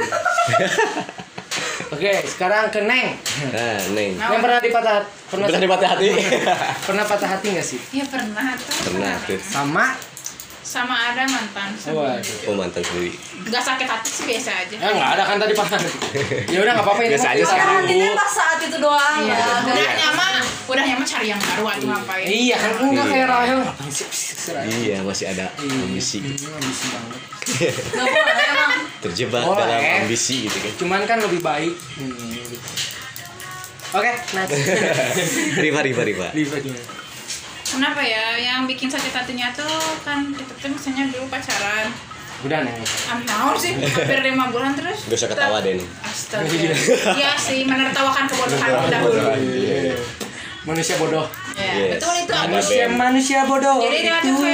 Oke, sekarang ke Neng. Nah, Neng. Yang pernah Pernah dipatah hati? pernah patah hati nggak sih? Ya pernah tuh. Pernah tuh. Sama ada mantan. Waduh. Oh, mantan sendiri. Gak sakit hati sih biasa aja. Ya nggak ada kan tadi patah hati. Ya udah nggak apa-apa ini. Biasa aja mah. sih. Patah hatinya pas saat itu doang Iya. ya. Udahnya mah cari yang baru atau ngapain. Iya kan enggak Iya. kayak Rahel. Iya, masih ada ambisi. Ambisi banget. Gak boleh emang. Terjebak Boleh. dalam ambisi gitu kan. Cuman kan lebih baik. Oke, next. Riva. Liva gimana? Kenapa ya? Yang bikin sakit hatinya tuh kan kita tuh misalnya dulu pacaran. Udah Neng. Naon sih? Hampir 5 bulan terus. Gak usah ketawa deh nih. Astaga. Iya sih, menertawakan kebodohan kita dulu. Manusia bodoh. Ya, Yes. betul itu Ada aku. band. Manusia bodoh Jadi dia itu tuh kayak ribet.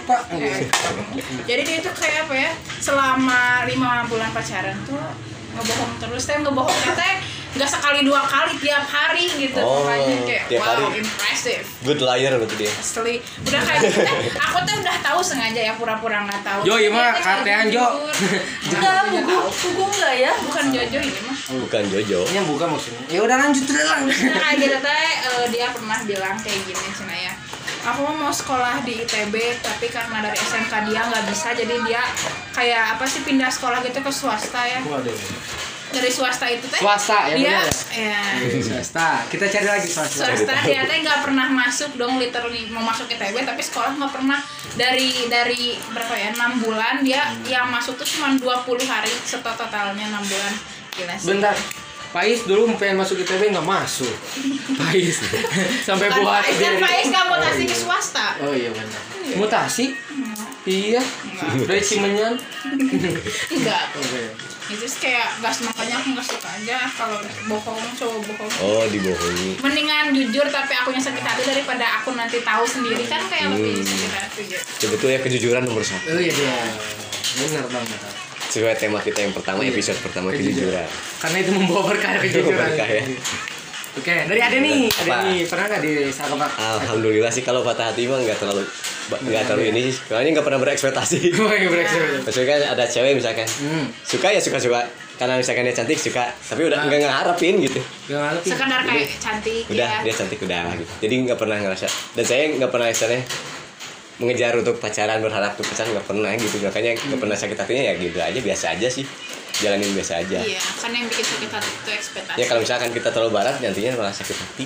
Pak. Jadi dia tuh kayak apa ya, selama 5 bulan pacaran tuh ngebohong terus. Teh ngebohongnya teh nggak sekali 2 kali, tiap hari gitu. Oh, Makanya kayak tiap wow, hari. impressive. Good liar berarti dia. Asli, udah kayak gitu teh, aku tuh udah tahu sengaja ya pura-pura nggak tahu. Jo, iya mah, Dia teh katean, Jo. jujur. Enggak, buku enggak ya? Bukan Jojo ini mah. Bukan Jojo. Ini yang buka maksudnya. Ya udah lanjut dulu lah. Nah, kayak gitu teh dia pernah bilang kayak gini Cina ya. Aku mau sekolah di ITB tapi karena dari SMK dia nggak bisa, jadi dia kayak apa sih pindah sekolah gitu ke swasta ya. Waduh. Dari swasta itu teh. Swasta ya, Dia bener ya. Swasta. Kita cari lagi swasta. Swasta dia teh nggak pernah masuk dong, literally mau masuk ITB tapi sekolah nggak pernah. Dari berapa ya, 6 bulan dia yang masuk tuh cuma 20 hari totalnya 6 bulan. Gila sih. Bentar. Pais dulu pengen masuk ITB nggak masuk. Pais sampai Bukan buat Pais, kan jadi- Pais nggak mutasi ke swasta. Oh iya benar. Mutasi? Iya. Enggak. Dari Cimenyan. Enggak. Oke. Itu kayak gas, makanya aku nggak suka aja kalau bohong, cowok bohong. Oh, dibohongi. Mendingan jujur tapi akunya sakit hati daripada aku nanti tahu sendiri, kan kayak lebih sakit hati gitu. Sebetulnya kejujuran nomor 1. Oh iya dia. Benar banget. Sesuai tema kita yang pertama, episode pertama kejujuran. Karena itu membawa berkah kejujuran. Berkah ya. Oke, dari Ade nih. Ade Apa? nih, pernah nggak di Sakepak? Alhamdulillah sih kalau patah hati mah nggak terlalu ini sih. Soalnya nggak pernah berekspektasi. Oh, iya berekspektasi. Maksudnya kan ada cewek misalkan suka ya suka karena misalkan dia cantik suka, tapi udah nggak ngarepin gitu. Gak ngerti. Sekedar kayak cantik Udah ya. dia cantik udah gitu. Jadi nggak pernah ngerasa, dan saya nggak pernah istilahnya mengejar untuk pacaran, berharap untuk pacaran, nggak pernah gitu. Makanya nggak pernah sakit hatinya, ya gitu aja, biasa aja sih, jalanin biasa aja. Iya, kan yang bikin sakit hati itu ekspektasi. Ya kalau misalkan kita terlalu barat nantinya malah sakit hati.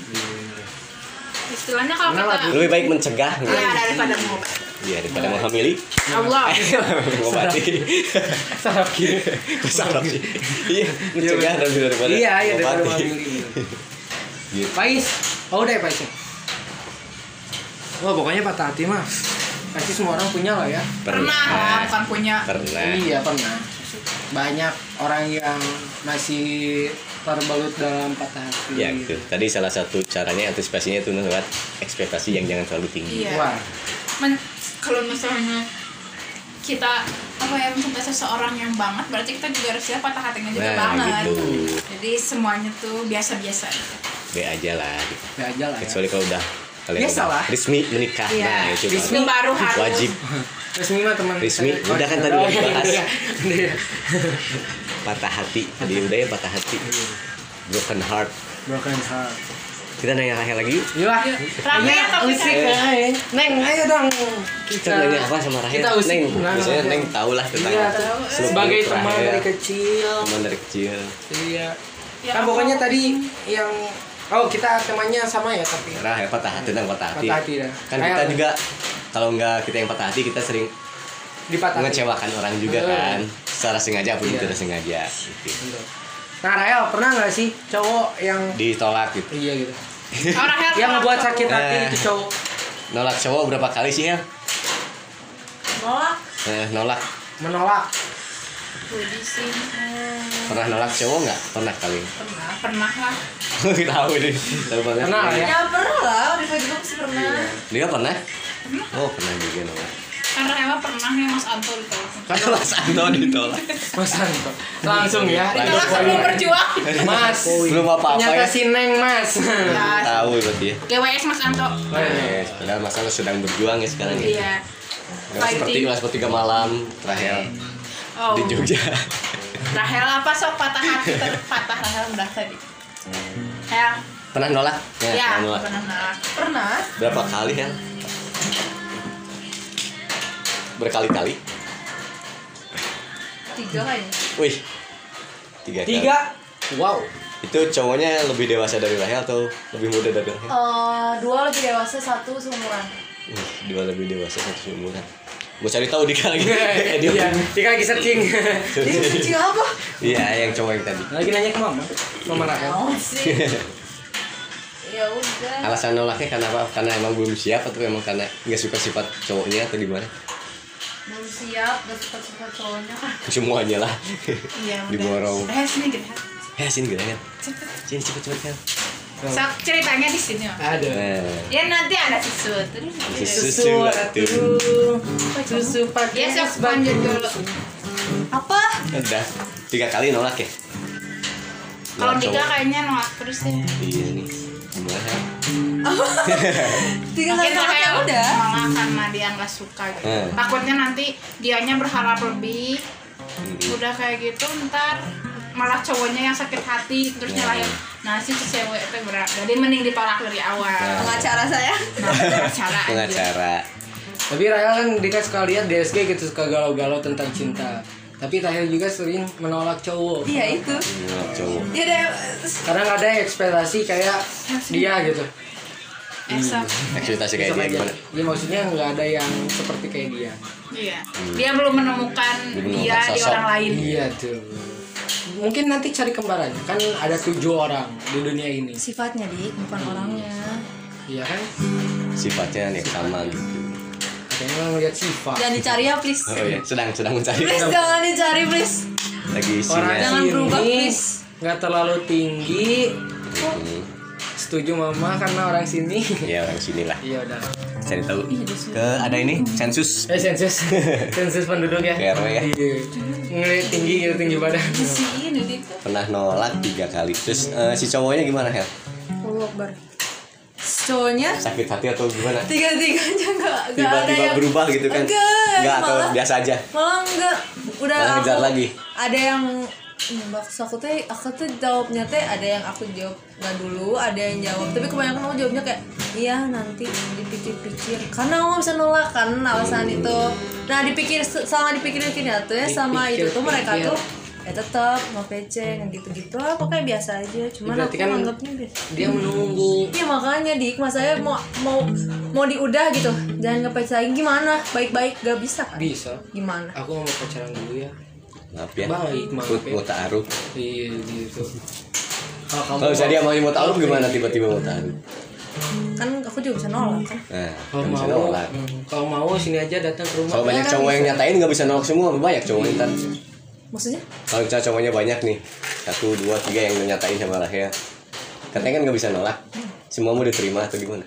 Istilahnya kalau Kenapa kita Lebih baik mencegah ya daripada mengobati. iya daripada menghamili. Allah. Mengobati. Sarap gitu. Salah sih. Iya, mencegah daripada Iya, iya daripada mengobati. memilih. Gitu. Pais. Oh udah ya Pais. Wah pokoknya patah hati mah pasti semua orang punya lah ya. Pernah, bukan punya. Pernah. Iya pernah. Banyak orang yang masih terbalut dalam patah hati. Ya gitu. Tadi salah satu caranya antisipasinya itu lewat ekspektasi yang jangan terlalu tinggi. Iya. Wah. Kalau misalnya kita apa ya mencintai seseorang yang banget, berarti kita juga harus siap patah hatinya juga Nah, banget. gitu. Jadi semuanya tuh biasa-biasa aja. Be aja lah. Gitu. Ya aja lah ya. Kecuali kalau udah kalian Biasa udah lah. resmi menikah. Iya. Nah, itu Resmi baru harus. wajib. Resmi mah teman Resmi. saya. Udah kan tadi Oh, udah iya, dibahas. iya. Iya. Patah hati. Tadi udah ya patah hati. Broken heart. Broken heart. Kita nanya Rahel lagi yuk. Iya lah. Rame ya topik Usik hari ya. Neng, ayo dong. Kita nanya apa sama Rahel? Kita usik. Neng, Nah, biasanya nah, Neng tahu lah tentang Iya, seluk sebagai beluk teman Rahel. dari kecil. Teman dari kecil. Iya. Ya, Kan aku- pokoknya tadi yang kita temanya sama ya tapi Rahel patah hati tentang patah hati. patah hati dah. Kan kita Rahel juga kalau nggak kita yang patah hati kita sering dipatah hati. mengecewakan orang juga Betul. kan, secara sengaja pun Iya. tidak sengaja gitu. Nah Rahel pernah nggak sih cowok yang Ditolak gitu. iya gitu Oh, Rahel yang tolak ngebuat cowok. sakit hati Nah. itu cowok Nolak cowok berapa kali sih Hel? Nolak. Nolak. menolak? Budi sih. Pernah nolak cowok nggak? Pernah kali. Pernah lah. Tahu ini. Tahu banget. Pernah lah ya. Ya pernah lah, Riva juga pasti pernah. Dia pernah? Oh pernah juga nolak. Kan Rahel pernah ya Mas Anto ditolak. Kan Mas Anto ditolak. Mas Anto langsung ya Ditolak sebelum berjuang. Mas Belum apa-apa ternyata ya. si Neng Mas Ya, Tahu berarti ya. GWS Mas Anto. Padahal Mas Anto sedang berjuang ya sekarang ya. Iya. Seperti 3 malam terakhir Oh. di Jogja. Rahel apa sok patah hati terpatah Rahel udah tadi. Hel. Pernah nolak? Ya, pernah nolak. pernah. Pernah. Berapa kali ya? Berkali-kali. 3 kayaknya. Wih. 3 kali. 3 wow Itu cowoknya lebih dewasa dari Rahel atau lebih muda dari Rahel? 2 lebih dewasa, 1 seumuran. 2 lebih dewasa, 1 seumuran. Mau cari tahu Dika lagi. iya Dika lagi searching Ini kecil apa? Iya, yang cowok yang tadi. lagi nanya ke mama Rahel Oh sih. Ya udah. Alasan nolaknya karena apa? Karena emang belum siap atau emang karena nggak suka sifat cowoknya atau gimana? Belum siap, gak suka cowoknya kan. Semuanya lah. Iya. Diborong. Rahel sini gede. Sini gede kan? Sini cepet kan. Sok ceritanya di sini. Ada. Nah, Ya nanti ada sesuatu. sesuatu. Susu pakai Ya sok lanjut dulu. Apa? Udah 3 kali nolak ya. Kalau Nolak Dika cowok. kayaknya nolak terus ya. Iya nih. Gimana? 3 kali Mungkin nolak ya kayak udah. malah karena dia nggak suka gitu. Takutnya nanti dianya berharap lebih. Udah kayak gitu ntar malah cowoknya yang sakit hati terus nyalahin. Nah si cewek itu berat. Jadi mending ditolak dari awal. Pengacara saya. Nah, cara aja. Pengacara. Tapi Rahel kan Dika suka lihat DSG gitu, suka galau-galau tentang cinta. Tapi Rahel juga sering menolak cowok. Iya itu. Nolak cowok. Ya deh. Karena nggak ada ekspektasi kayak dia gitu. Esok. Ekspektasi kayak Bisa dia aja. gimana? Ya maksudnya nggak ada yang seperti kayak dia. Iya. Dia belum menemukan Belum dia menemukan di sosok. orang lain. Iya tuh. Mungkin nanti cari kembarannya. Kan ada 7 orang di dunia ini. Sifatnya dik, bukan orangnya. Iya kan? Sifatnya yang sama gitu. Kayaknya ngeliat sifat. Jangan dicari ya please. Oh iya, sedang mencari. Please jangan dicari please. Lagi Orang isinya. Jangan berubah, sini please. nggak terlalu tinggi. Hmm. Setuju mama karena orang sini. Ya orang sini lah. Iya udah. Cari tahu. Ke ada ini sensus. Sensus. Sensus penduduk ya. Ke RW ya. Iya. Ngeliat tinggi gitu, tinggi badan. Si ini Dika. Pernah nolak 3 kali. Terus si cowoknya gimana Hel? Allah Akbar. Cowoknya Sakit hati atau gimana? tiga-tiganya enggak ada Tiba-tiba yang berubah gitu kan? Enggak, atau malah- biasa aja? malah enggak udah Malah ngejar lagi? ada yang maksud aku tuh jawabnya teh ada yang aku jawab nggak dulu, ada yang jawab tapi kebanyakan aku jawabnya kayak iya nanti dipikir-pikir karena aku nggak bisa nolak kan alasan itu. Nah selama dipikir-pikir ya tuh ya sama itu tuh mereka tuh ya tetap mau PC gitu-gitu lah pokoknya biasa aja cuman Berarti aku kan anggapnya biasa. Dia menunggu. Iya makanya dik, mas saya mau diudah gitu, jangan nge-PC lagi gimana? Baik-baik gak bisa kan? Bisa. Gimana? Aku mau pacaran dulu ya. Maaf ya. Baik, maaf ya. Mau ta'aruf. Iya gitu. Kalau misalnya dia mau ta'aruf gimana tiba-tiba mau ta'aruf? Kan aku juga bisa nolak kan? Nah, Kalau nggak bisa mau, nolak. kalau mau sini aja datang ke rumah. Kalau banyak kan cowok yang bisa. nyatain nggak bisa nolak semua, banyak cowok ntar. Maksudnya? Kalau misalnya cowoknya banyak nih, 1, 2, 3 yang nyatain sama Rahel, katanya kan nggak bisa nolak. Semua mau diterima atau gimana?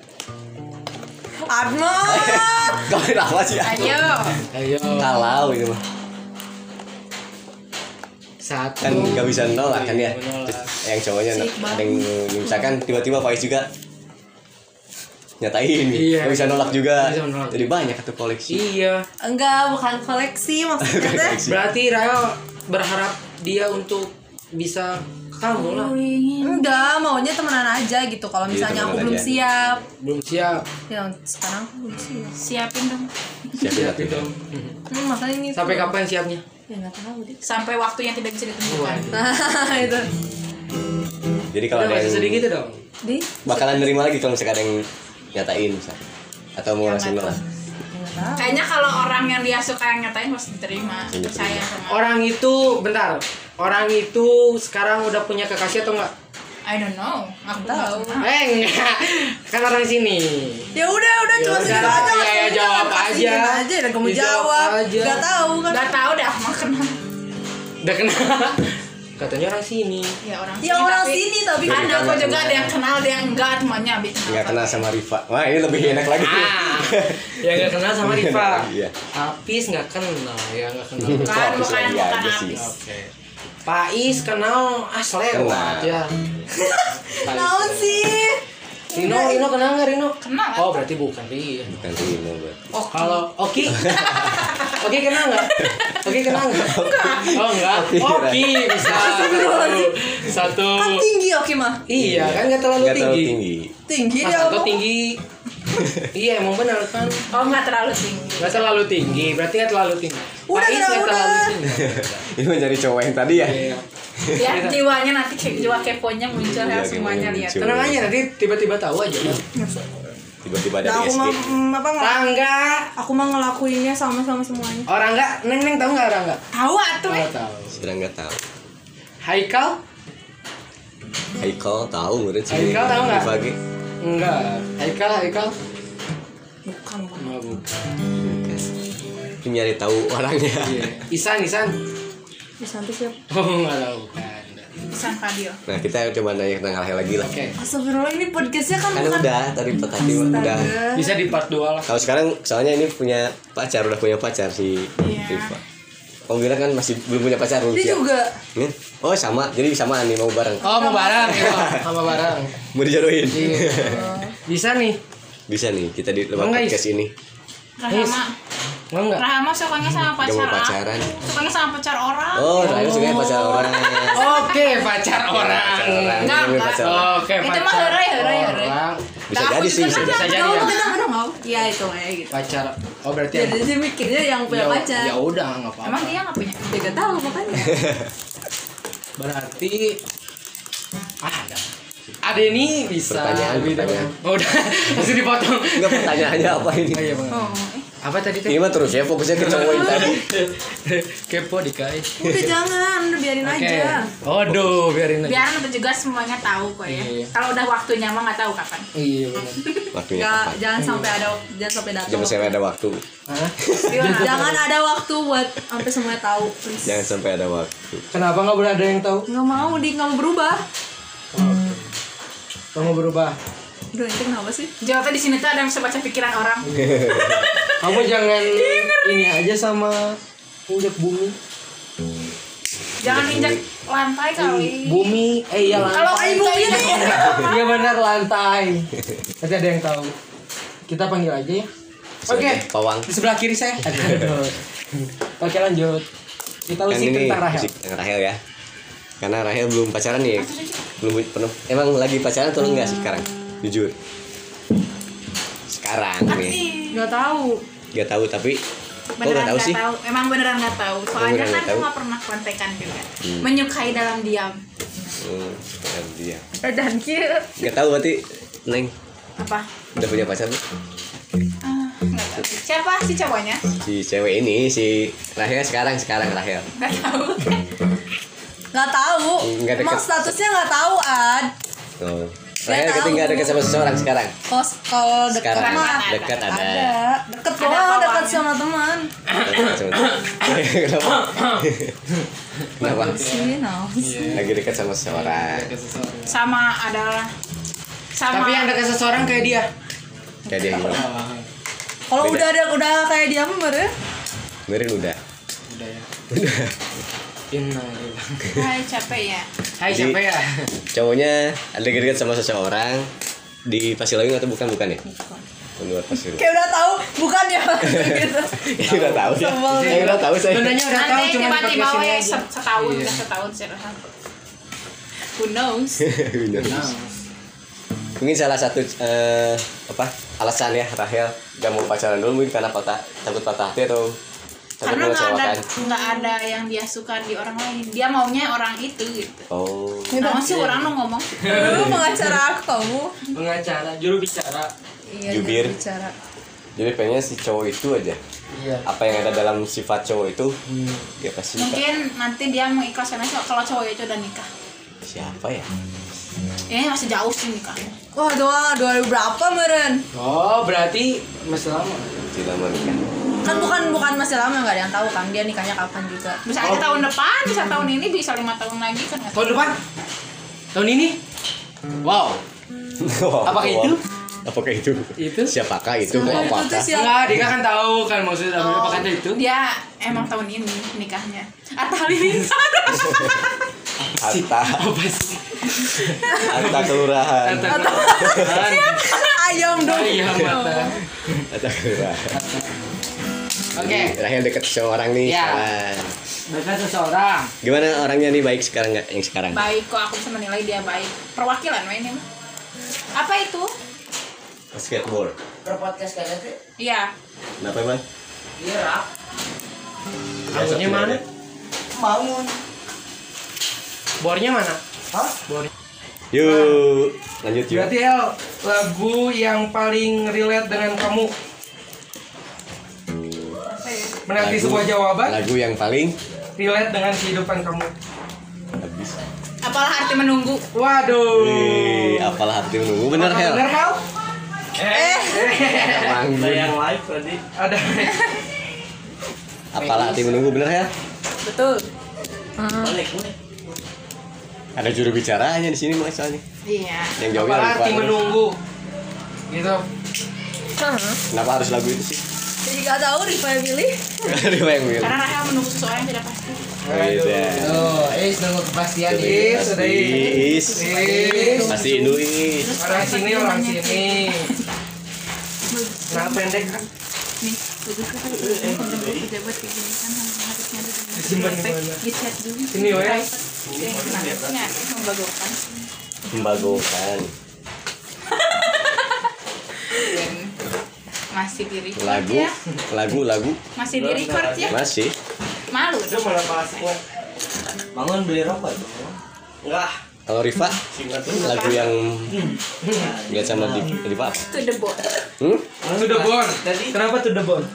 Arnold! Kau kenapa sih? Ayo. Ayo. Kalau ini mah Satu. kan nggak bisa nolak kan ya. Iya, menolak. Terus yang cowoknya Si ada yang misalkan tiba-tiba Faiz juga nyatain, Iya. nggak bisa nolak juga. Bisa menolak. Jadi banyak tuh koleksi. Iya. Enggak, bukan koleksi maksudnya teh. Berarti Rahel berharap dia untuk bisa ke kamu lah. Enggak, maunya temenan aja gitu. Kalau Iya, misalnya aku temenan belum aja. siap, Belum siap. ya sekarang aku belum siap. Siapin dong. Siapin Siapin satu. dong. Makanya ini Sampai tuh. kapan siapnya? Ya nggak tahu deh. Sampai waktu yang tidak bisa ditemukan. Nah itu Jadi kalau Udah ada masih yang sedih gitu dong. di bakalan nerima lagi kalau misalkan ada yang nyatain misalnya. Atau mau langsung nolak. nggak tahu. Kayaknya kalau orang yang dia suka yang nyatain pasti diterima. Iya, Saya sama. Orang itu, bentar. Orang itu sekarang udah punya kekasih atau enggak? I don't know. Aku Tahu. tahu. Enggak. Kan orang sini. Ya udah cuma udah, segitu aja. ya, ya, jawab aja. aja dan kamu Ya, jawab jawab. aja. Gak tahu kan? Gak tahu dah mah kenal. Udah kenal. Katanya orang sini. Ya orang Ya orang tapi sini tapi ada Kenal. aku juga ada yang kenal dia enggak temannya habis Nggak kenal sama Rifa. Wah ini lebih enak lagi. Ya nggak kenal sama Rifa. Iya. Apis nggak kenal, ya nggak kenal. Bukan, Apis bukan, lagi bukan aja sih. Apis. Oke. Pais kenal Aslewat Kenal. ya. naon sih? Rino kenal nggak Rino? Kenal. Oh berarti bukan Rin. Bukan Rino, Bang. Oh kalau Oki, Oki kenal nggak? Oki kenal nggak? Oh enggak. Oki bisa. Satu. Kan tinggi oke mah. Iya kan nggak terlalu Nggak terlalu tinggi. tinggi. Tinggi Mas dia. Anto tinggi. Iya emang benar kan. Oh enggak terlalu tinggi. Nggak terlalu tinggi, berarti nggak terlalu tinggi. Udah, Pais nggak udah. terlalu tinggi. Ini mencari cowok yang tadi ya. Iya. Ya jiwanya nanti jiwa keponya muncul ya Iya, semuanya keponya lihat. muncul. Tenang aja nanti tiba-tiba tahu aja kan. Tiba-tiba dari Nah, aku SG. mah Rangga, aku mah ngelakuinnya sama semuanya. orang nggak, neng tahu nggak orang nggak? Tahu atuh. Nggak tahu. Sedang nggak tahu. Haikal? Haikal tahu murid sih. Haikal tahu nggak? Pagi. Enggak. Haikal? Bukan. Oh, bukan. Ini nyari tahu orangnya. Iya. Isan. Di samping siapa? Oh nggak tahu kan. Ihsan Fadil. Nah kita coba nanya tentang hal lagi lah. Oke. Astagfirullah, ini podcastnya kan Kan bukan. udah tadi tadi udah. Bisa di part 2 lah. Kalau sekarang soalnya ini punya pacar, udah punya pacar si Iya. Rifa. Kamu bilang kan masih belum punya pacar belum Dia siap. juga. Nih? Oh sama, jadi samaan nih mau bareng. Oh, mau bareng ya, sama bareng. Mau dijodohin? Iya. Bisa nih. Bisa nih kita di lewat Enggak, podcast ini. Rahama. Enggak. Rahama sukanya sama Gak mau pacar. pacaran. Sukanya sama pacar orang. Oh, Rahel suka pacar orang. Oke, pacar orang. Pacar orang. Enggak, Ini enggak. pacar orang. Oke, Itu pacar mah heureuy. orang. Bisa Nah, jadi aku sih, juga bisa kan jadi. jadi Kamu ya. kita pernah mau? Iya itu kayak gitu. Pacar. Oh, berarti Jadi dia mikirnya yang punya pacar. Ya udah, enggak apa-apa. Emang dia nggak punya? Dia gak tahu makanya. Berarti ada ini bisa Pertanyaan. Oh, udah langsung dipotong. Enggak pertanyaannya apa ini? Oh, iya, Bang. Oh, Apa tadi Ini mah terus ya fokusnya ke cowok yang tadi. Kepo dikai. Udah jangan, udah biarin Oke. aja. Aduh, biarin aja. biar nanti juga semuanya tahu kok ya. Iya. Kalau udah waktunya mah nggak tahu kapan. Iya, benar. Waktunya Nggak, kapan? jangan sampai datang. Jangan sampai ada waktu. Hah? Jangan ada waktu buat sampai semuanya tahu. Please. Jangan sampai ada waktu. Kenapa nggak boleh ada yang tahu? Nggak mau, nggak mau berubah. Kamu berubah. Udah itu kenapa sih? Jawabnya di sini tuh ada yang bisa baca pikiran orang. Kamu jangan ini aja sama injak bumi. Jangan injak lantai kali. Bumi, iya Kalau lantai. ibu ini Iya benar lantai. Nanti ada yang tahu. Kita panggil aja ya. Oke. Pawang. Di sebelah kiri saya. Aduh. Oke lanjut. Kita Kan usik ini tentang Rahel. musik tentang Rahel ya. Karena Rahel belum pacaran nih. Belum penuh. Emang lagi pacaran atau enggak sih sekarang? Jujur. Sekarang nih. Nggak tahu. Gak tahu tapi beneran tahu nggak sih. tahu. Emang beneran nggak tahu. Soalnya beneran kan nggak tahu. aku nggak pernah kontekan juga. Menyukai dalam diam. Dan dia. Dan kia. Gak tahu berarti Neng Apa? udah punya pacar belum? Nggak tahu. Siapa sih cowoknya? Si cewek ini si Rahel sekarang Rahel. Nggak tahu. Nggak tahu. Nggak deket. Emang statusnya nggak tahu, Ad. Oh. Nggak Rahel tahu. nggak dekat sama seseorang sekarang. Kalau dekat Sekarang mah dekat ada. ada. Deket Ada doang, dekat pawangnya. sama teman. Kenapa? Kenapa? Sih, no. Lagi dekat sama seseorang. Sama adalah sama. Tapi yang dekat seseorang kayak dia. Kayak dia gimana? Kalau Beda. udah kayak dia mah baru. Dengerin udah. Udah ya. Udah. Innalillahi. Hai capek ya. Hai Jadi- siapa ya? Cowoknya ada dekat sama seseorang di Pasilayung atau bukan ya? Luar Pasilayung. Kayak udah tahu, bukan ya? Gitu. Ya udah tahu ya. Sebel. Ya udah tahu saya. Sebenarnya udah tahu Nanti cuma di tiba-tiba podcast ini we aja. setahun Iya. udah setahun sih Rahel. Who knows? Bener. Nah, Mungkin salah satu alasan ya Rahel gak mau pacaran dulu mungkin karena takut patah hati atau takut Karena mengecewakan. nggak ada yang dia suka di orang lain. Dia maunya orang itu gitu. Oh. Nah, sih orang lo ngomong. Lu pengacara aku kamu. pengacara, juru bicara. Iya, Jubir. jangan bicara. Jadi pengennya si cowok itu aja. Iya. Apa yang ada dalam sifat cowok itu dia pasti suka. Mungkin nanti dia mengikhlaskan aja kalau cowok itu udah nikah. Siapa ya? Ini masih jauh sih nikahnya. Wah, 2000 berapa meren? Oh, berarti masih lama. Tidak mau nikah. Kan bukan masih lama, nggak ada yang tahu kan dia nikahnya kapan juga. Bisa aja tahun depan, bisa tahun ini, bisa 5 tahun lagi kan nggak tahu. Tahun depan? Tahun ini? Wow. Apakah itu? Apakah itu? Itu? Siapakah itu? Siapa Kok itu apakah? tuh siapa? Enggak, dia kan tahu kan maksudnya apakah itu itu? Dia emang tahun ini nikahnya. Atta Halilintar. Hatta. Apa sih? Hatta kelurahan. Ayam dong. Iya, mata. Hatta kelurahan. Oke. Rahel deket sama orang nih Ya. sekarang. Dekat seseorang. Gimana orangnya nih, baik sekarang nggak yang sekarang? Baik kok, aku bisa menilai dia baik. Perwakilan wah ini mah. Apa itu? Basketball. Podcast kayaknya tuh. Iya. Kenapa emang? Iya, rap. Bangunnya mana? Bangun. Bornya mana? Hah? Bornya. Yuk, lanjut yuk. Berarti El, lagu yang paling relate dengan kamu menanti Lagu- sebuah jawaban Lagu yang paling relate dengan kehidupan kamu. habis. Apalah arti menunggu? Waduh. Wih, apalah hati menunggu bener Hel. Bener Hel? Manggung. live tadi. Ada. Apalah hati menunggu bener Hel. Betul. Balik. Ada juru bicaranya di sini Mas soalnya. Iya. Yang jawabnya Apa Rifa. arti menunggu? Gitu. Kenapa harus lagu itu sih? Jadi gak tahu Rifa yang pilih. Rifa yang milih. Karena Rahel menunggu seseorang yang tidak pasti. Beda. Oh, nunggu kepastian sudah Is. Pasti Induis. Orang sini. Nah, pendek kan? Nih, bagus kan tadi pejabat kayak gini kan harusnya Disimpan di mana? di chat dulu. Sini, we. Nah, ini asik membagokan. Membagokan. Dan masih di record ya. Lagu. Masih di record ya. Masih. Malu dong. Bangun beli rokok. Enggak. Kalau Rifa, lagu yang lihat sama Rifa apa? To the bone. To the bone. Kenapa to the bone?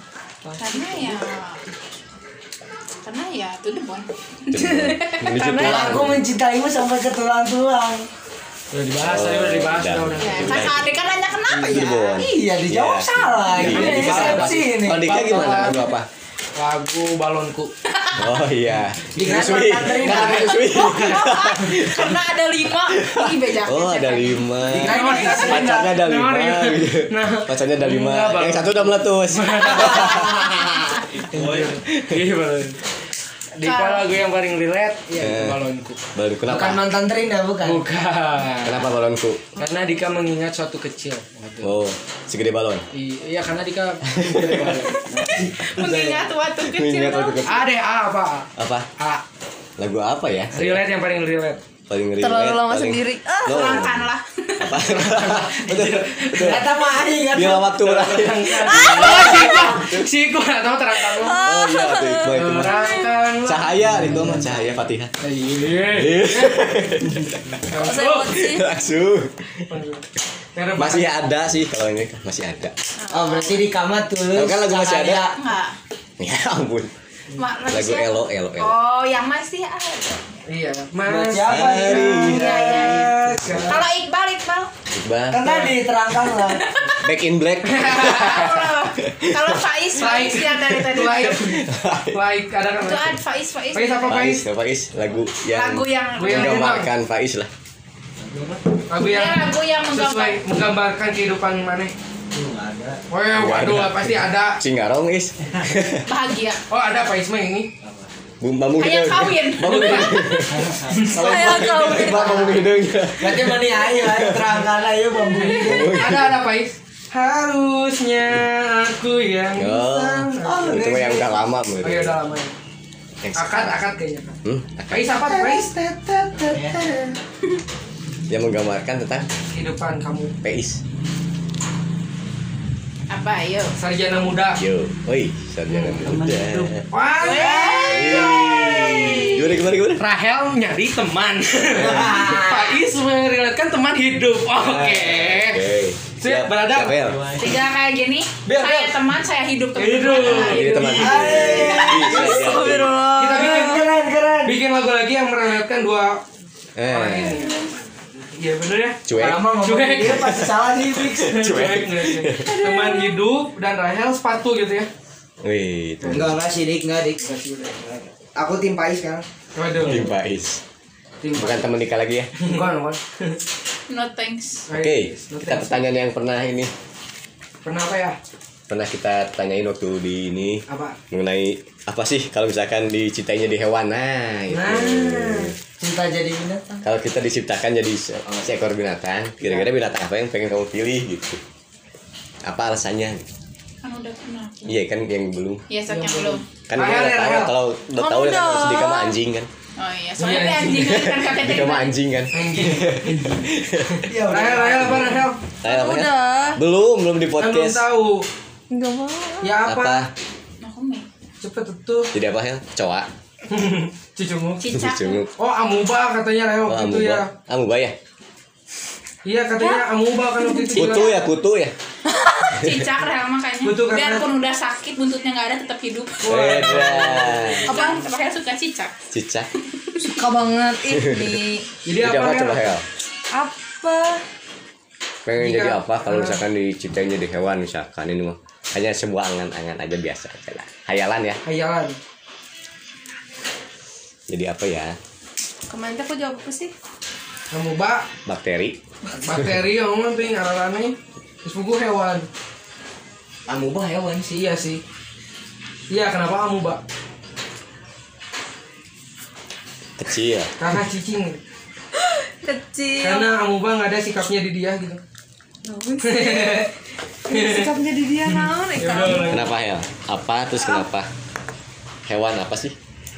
Karena ya to the bone. Menuju Karena tulang. aku mencintaimu sampai ke tulang-tulang. Udah dibahas, udah. Ya, kakak adik kan nanya kenapa To the ya? bone. Iya, dijawab Iya. salah. Iya, Ini dikasih apa? resepsi ini. Oh, Dika gimana? Lagu apa? Lagu balonku. Oh iya. Dika Menyusui. mantan Karena menyusui. Karena ada 5. Ini bejak. Oh ada 5. Dika Pacarnya ada 5 Nah, gitu. nah. Pacarnya ada 5. Enggak, Bang. Yang satu udah meletus. Iya, balon. Dika lagu yang paling relate ya balonku. Baru Bukan kenapa? mantan Terindah, bukan. Bukan. Kenapa balonku? Karena Dika mengingat suatu kecil. Oh, segede balon. Iya, karena Dika Mengingat waktu kecil. Mengingat waktu dong. kecil. A deh, A apa? Apa? A. Lagu apa ya? Relate yang paling relate. Paling relate. Terlalu lama paling- sendiri. No. Ulangkanlah. Apa? Betul. Betul. Kata mah ingat. Bila waktu berakhir. Si gua nggak tahu terangkan lo. Oh iya, tuh itu mah. Terangkan lo. Cahaya itu mah cahaya Fatihah. Iya. Kok saya buat sih? Langsung. Karena Masih ada sih kalau ini masih ada. Oh, berarti di kamar tulus. Tahu kan lagu masih ada? Cahaya. Enggak. Ya ampun. Lagu siapa? Elo. Oh, yang masih ada. Iya. Buat siapa ini? Iya, iya. Kalau Iqbal. Iqbal. Kan tadi terangkan lah. Back in Black. Kalau Faiz yang dari tadi. Like ada kan? Itu ada Faiz. Faiz apa Faiz? Faiz lagu yang Lagu yang menggambarkan Faiz lah. Lagu yang Iya, lagu yang sesuai menggambarkan kehidupan mana? Ada. Oh, waduh, pasti ada. Singarong is. bahagia. Oh, ada Faiz mah ini. Bambu Kayak hidung. kawin. Bambu hidung. Saya kawin. Bambu hidung. Berarti mani ayo terangkan lah ya bambu hidung. Ada Faiz. Harusnya aku yang Oh, itu mah yang udah lama Oh iya udah lama ya. Yang Akad kayaknya. Akad. Faiz apa Faiz? Yang menggambarkan tentang Kehidupan kamu. Faiz. Apa ayo? Sarjana muda. Yo, oi, sarjana muda. Wah. Gimana? Rahel nyari teman. Faiz merelakan teman hidup. Oke. Siap, beradab. Siap, Bel. 3 kayak gini. Biar. Saya teman, saya hidup. Hidup. Jadi teman. Astagfirullah. Kita Keren. bikin lagu lagi yang merelakan dua orang ini. Iya bener ya. Cuek. Lama ngomong dia pasti salah nih fix. Cuek. Teman hidup dan Rahel sepatu gitu ya. Wih, itu Enggak sih Dik, enggak Dik. Aku tim Pais kan. Waduh. tim Faiz. Tim Bukan teman Dika lagi ya. Bukan. No thanks. Oke, kita pertanyaan yang pernah ini Pernah apa ya? pernah kita tanyain waktu di ini Apa? mengenai apa sih kalau misalkan dicintainya di hewan. Nah, itu. Cinta jadi binatang. Kalau kita diciptakan jadi seekor binatang, kira-kira binatang apa yang pengen kamu pilih gitu? Apa alasannya? Kan udah pernah. Iya kan yang belum. Iya, sok yang belum. Kan kita udah tahu kalau udah tahu ya kan harus Dika mah anjing kan. Oh iya, soalnya Iya, dia anjing kan kakek Dika mah anjing kan. Iya, Rahel apa Rahel? Saya apa ya? Udah. Belum di Kan belum podcast. tahu. Enggak mau. Ya apa? Apa? Aku nih. Cepet tuh. Jadi apa ya? Coa. Cucumu. Cicak. Cunguk. Oh amuba katanya Rahel Oh, waktu itu ya. Amuba ya? Iya katanya amuba kan waktu itu. Kutu ya, kutu ya. Cicak Rahel makanya. Betul, karena- Biarpun udah sakit, buntutnya nggak ada, tetap hidup. Beda. Apa? Rahel suka cicak. Cicak. Suka banget ini. Jadi Jadi apa apa Rahel? coba Hel? Apa? Pengen Jika- jadi apa kalau misalkan diciptain jadi hewan misalkan ini mah hanya sebuah angan-angan aja biasa aja lah. Hayalan ya. Hayalan. Jadi apa ya? Kemarin aku jawab apa sih? Amuba bakteri. bakteri yang penting ngaranana terus buku hewan. Amuba hewan sih. Iya sih. Iya, kenapa amuba? Kecil. Karena cicing. Kecil. Karena amuba nggak ada sikapnya di dia gitu. Namun sih. Sikapnya di dia naon Eka. Kenapa Hel? Apa terus kenapa? Hewan apa sih?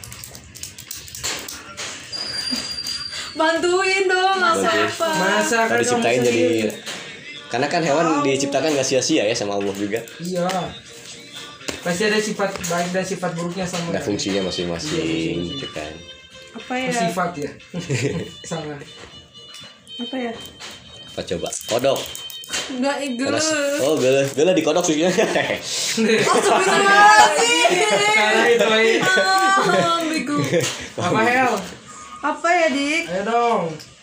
Bantuin dong, nggak Bantuin. apa. Masa kan Tadi kamu ciptain jadi sendiri? karena kan hewan diciptakan gak sia-sia ya sama Allah juga. Iya. Pasti ada sifat baik dan sifat buruknya sama. Ada fungsinya masing-masing gitu kan. Apa ya? Sifat ya. Salah. Apa ya? Apa coba? Kodok. Enggak Panas. igeus. Oh, gele dikodok sih. Astagfirullahaladzim. Salah itu baik. Ah, bego. Apa Hel? Apa ya, Dik? Ayo dong.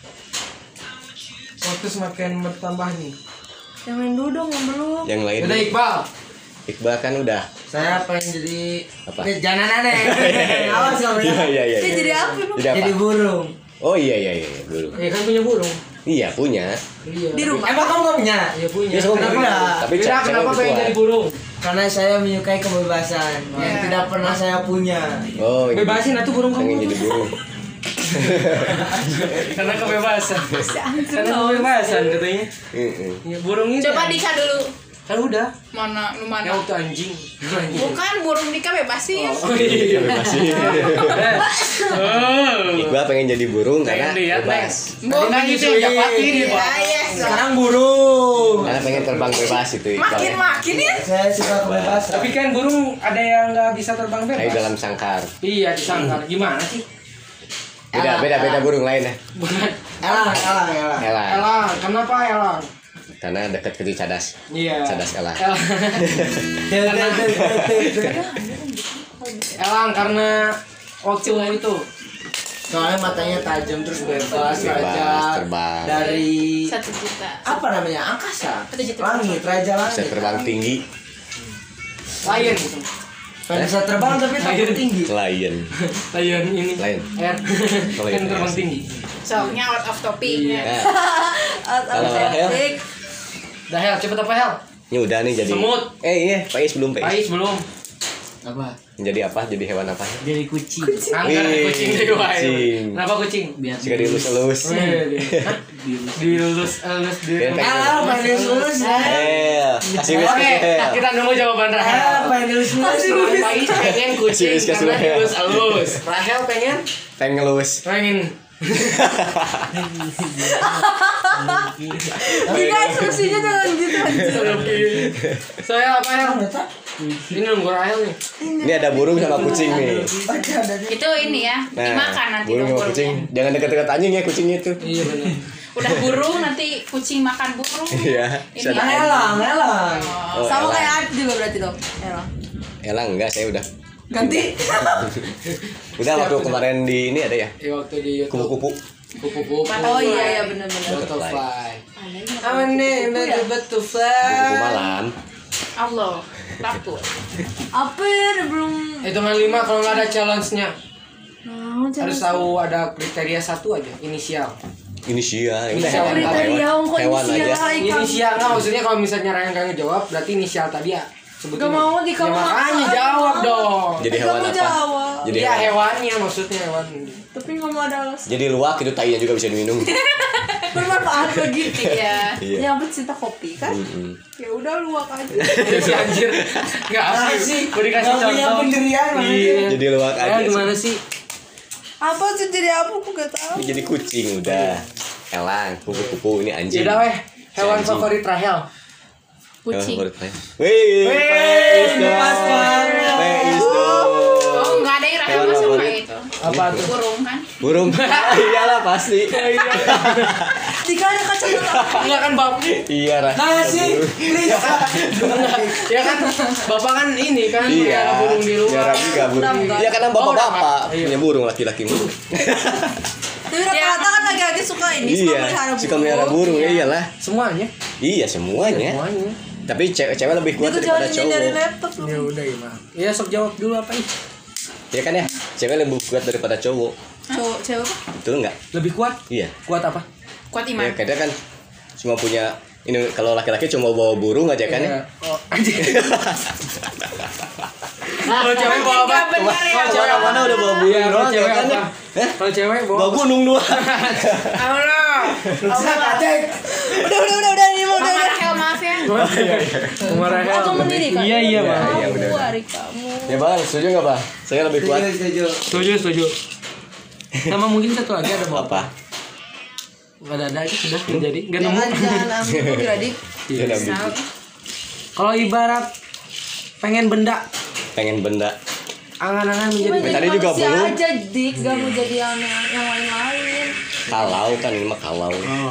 Waktu semakin bertambah nih. Yang lain dulu dong, yang belum. Yang lain. Udah Iqbal. Iqbal kan udah. Saya pengen jadi Apa? jangan aneh. Awas kamu ya. Iya. Dia jadi apa emang? Jadi apa? Jadi burung. Oh iya burung. Ya kan punya burung. Iya punya. Iya. Di rumah. Emang kamu gak punya? Iya punya. Ya semua Kenapa? punya. Tapi Beda, saya kenapa lebih pengen kuat. jadi burung? Karena saya menyukai kebebasan yang tidak pernah saya punya. Oh, iya. Bebasin atuh burung Pengen kamu. jadi burung. Karena kebebasan. Karena kebebasan katanya. Ya burung itu. Coba Dika dulu. Kan udah. Mana lu Ya mana? waktu anjing. Bukan burung Dika bebasin. Oh iya. Bebasin. Iqbal pengen jadi burung karena bebas. Bukan itu yang dapatin ya, yes. Sekarang burung. Karena pengen terbang bebas itu Iqbal. Makin ya. Saya suka kebebasan. Tapi kan burung ada yang nggak bisa terbang Kayak bebas. dalam sangkar. Iya disangkar. Gimana sih? Beda burung lain ya. Bukan. Elang. Elang. Elang. Kenapa elang? Karena dekat ke cadas. Iya. Cadas elang. Elang karena waktu itu. Soalnya matanya tajam terus bebas, Bebas, raja terbang. dari 1 juta. apa namanya angkasa, 1 juta. langit, raja langit. Bisa terbang tinggi. Lion gitu. Pengen bisa terbang tapi takut tinggi. Lion. Lion ini. Lion. Air. Kalau Kan itu terbang ya. tinggi. Soalnya out of topic Iya. ya. Nah, kalau Rahel, Dah Hel, cepet apa Hel? ini udah nih jadi. Semut. Iya, Pais belum Pais. Pais belum. Apa? Jadi apa? Jadi hewan apa? Jadi kucing. Angkat Wih, kucing deh wah. kucing. Kenapa kucing? Biar Jika dilus-elus. Dilulus di. Pengen pengen lulus ya. Kasih wis Oke, kasih. kita nunggu jawaban Rahel. Pengen lulus. Pais pengen kucing Kasih karena Rahel. dilus-elus. Rahel pengen Pengen ngelus. Dika instruksinya jangan gitu anjir. Saya apa Hel? Ini nunggu Rahel nih. Ini ada burung sama kucing nih. Itu ini ya, dimakan nanti burung dong sama kucing. burungnya. Jangan dekat-dekat anjing ya kucingnya itu. Iya benar. Udah burung nanti kucing makan burung. Iya. Ini Bisa- Elang. Oh, Sama elang. kayak Adi juga berarti dong. Elang. Elang enggak, saya udah. Ganti. Udah waktu kemarin di ini ada ya. Ya waktu di YouTube. Kupu-kupu. Kupu-kupu. Oh iya benar-benar. Butterfly. Ada I'm a name of the Kupu-kupu butterfly. malam. Allah, takut. Apa ya belum. Hitungan 5 kalau nggak ada challenge-nya. Nah, Harus tahu ada kriteria 1 aja, inisial. Inisial. Ini Inisial hewan apa? kriteria kok Hewan inisial aja. Ika. Inisial nggak maksudnya kalau misalnya Ryan nggak ngejawab berarti inisial tadi ya. Sebutin. Gak mau di Ya, kamu makanya jawab dong. Jadi Kamu hewan apa? jawab. Jadi Iya hewan. hewannya maksudnya hewan. Tapi nggak mau ada alasan. Jadi luwak itu tainya juga bisa diminum. Bermanfaat begitu. Iya. Iya. Yang pecinta kopi kan? Mm-mm. Ya udah luak aja. Si anjir. Enggak sih. Gue dikasih Nggak punya contoh. pendirian, Iya. Jadi luwak Ya aja. gimana sih? Apa sih jadi apa aku gak tahu. Ini jadi kucing udah. Elang, kupu-kupu ini anjing. Yaudah weh. Hewan Si anjing. favorit Rahel. Hewan Kucing. favorit saya. Wih, Pais dong. pas banget. Pais dong. Oh, enggak ada yang Rahel Hewan masuk favorit. kayak itu. Apa tuh? Burung kan? Burung. Iyalah pasti. Dika ada kacamata. Enggak kan Bap? Iya, Rah. Nasi, please. Ya kan Bapak kan ini kan Iya. melihara burung di rumah. Jarang juga burung. Udah, Iya karena bapak-bapak Iya. punya burung laki-laki burung. Tapi rata-rata kan laki-laki suka ini suka Iya, melihara burung. suka melihara burung ya iyalah. Semuanya. Iya semuanya. Semuanya. Tapi cewek lebih kuat Itu daripada jangan dari cowok. laptop lu. Ya udah gimana? Iya sok jawab dulu apa ih? Iya kan ya? Cewek lebih kuat daripada cowok. Cowok cewek apa? Betul enggak? Lebih kuat? Iya. Kuat apa? Kuat iman. Ya kadang kan cuma punya ini, kalau laki-laki cuma bawa burung aja kan ya. Oh, anjing. Kalau cewek bawa apa? Nggak benar ya. Kalau cewek mana udah bawa burung Iya, kalau doang ya cewek kan. apa? Kalau cewek bawa Bawa gunung doang. Allah. Udah ini mau Mama udah. Rahel maaf ya. Umar Rahel. Aku mendirikan. Iya, Iya, Bang. iya, udah. Hari kamu. Ya Bang, setuju enggak, Bang? Saya lebih kuat. Setuju. Sama mungkin satu lagi ada bawa. Apa? Enggak ada itu sudah jadi enggak nemu. Jangan ambil Gradik. Iya, Nabi. Kalau ibarat pengen benda, angan-angan menjadi Tadi juga manusia belum. aja dik, gak mau jadi yang lain-lain. Kalau kan ini mah kalau.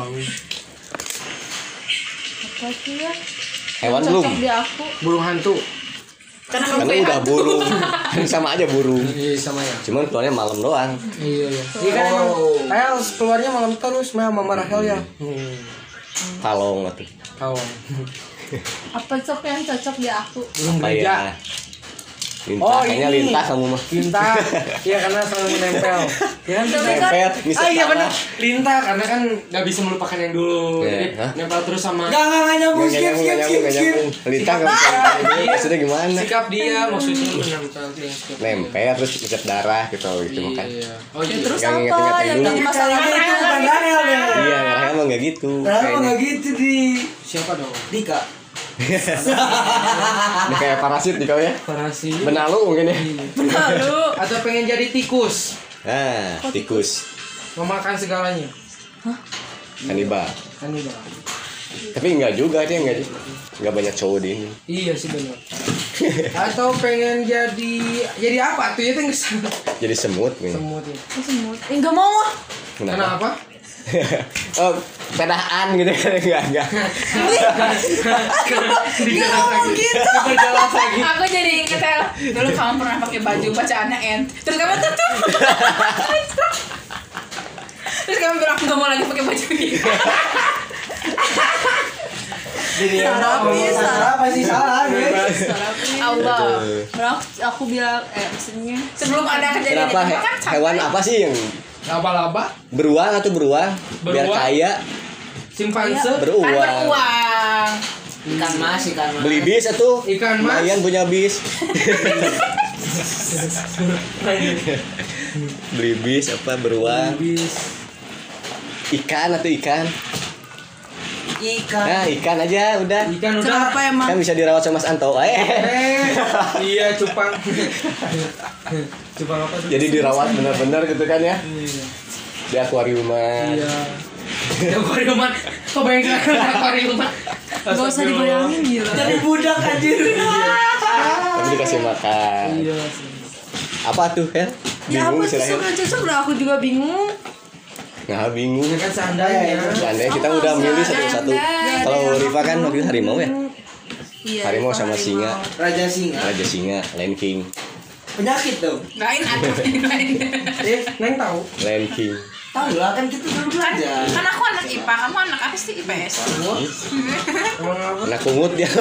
Apa sih ya? Hewan Cocok belum? di aku. burung hantu. Karena kamu Karena kayak udah hantu. burung. Kan sama aja burung. Iya sama ya. Cuman keluarnya malam doang. Iya. Iya kan emang Rahel keluarnya malam terus sama Mama Rahel ya. Kalong atuh. Kawan. Apa sok yang cocok di aku? Burung Apa gereja. ya? Lintah, kayaknya ini. lintah kamu mah. Lintah. Iya karena selalu menempel. Ya kan? Nempel, misal Iya benar. tanah. Lintah karena kan nggak bisa melupakan yang dulu. Iya. Jadi Hah? nempel terus sama Nggak nyambung, Nggak skip. nyambung. Lintah nggak bisa nyambung. Maksudnya gimana? sikap dia maksudnya menempel yang sikap. Nempel terus ikat darah gitu makan. Iya. Oh iya. Terus Yang apa inget-inget yang dulu. tadi masalahnya Masalahnya itu bukan Daniel deh. Iya, ngarahnya emang nggak gitu. Kenapa Kayaknya. nggak gitu di Siapa dong? Dika? Udah kayak parasit di kau ya. Parasit. Benalu mungkin ya. Lalu Atau pengen jadi tikus, Nah, tikus. memakan segalanya. Kanibal. Kan udah. Tapi enggak juga dia enggak banyak cowok di ini. Iya sih benar. Atau pengen jadi apa tuh ya tuh Jadi semut nih. semut ya. semut. Enggak mau ah. Kenapa? Oh, pedahan gitu kan enggak. Enggak ngomong gitu. Diperjelas lagi. Aku jadi inget ya, dulu kamu pernah pakai baju bacaannya N. Terus kamu tutup. Terus kamu bilang aku gak mau lagi pakai baju ini. Jadi salah apa sih salah guys? Allah. Berapa aku bilang maksudnya Sebelum ada kejadian Kenapa itu kan hewan apa sih yang Laba-laba, beruang atau beruang? Biar Beruang. kaya simpanse, kan beruang. beruang. Ikan mas. Beli bis atau Ikan mas. lumayan punya bis. Beli bis apa beruang? bis. Ikan atau ikan? Ikan. Nah, ikan aja udah. Ikan udah. kenapa emang? Kan bisa dirawat sama Mas Anto. Iya cupang. Cupang apa tuh? Jadi dirawat benar-benar gitu kan ya. Iya. Di akuariuman. Iya. Akuariuman. Kok bayangin akuariuman? Gak usah dibayangin gila. Jadi budak anjir. Tapi dikasih makan. Iya. Apa tuh ya? Ya apa Bingung sih istilahnya. suka cocok lah aku juga bingung. Nah, bingung. Ya kan seandainya. Seandainya kita udah milih satu-satu. Kalau Riva kan waktu itu harimau ya. Iya. Harimau sama singa. Raja singa. Raja singa, Lion King. Penyakit dong. Lain atau lain. Neng tahu. Lion King. Tahu lah kan kita dulu belajar. Kan aku anak IPA, kamu anak apa sih IPS? Emang apa? Anak kungut dia.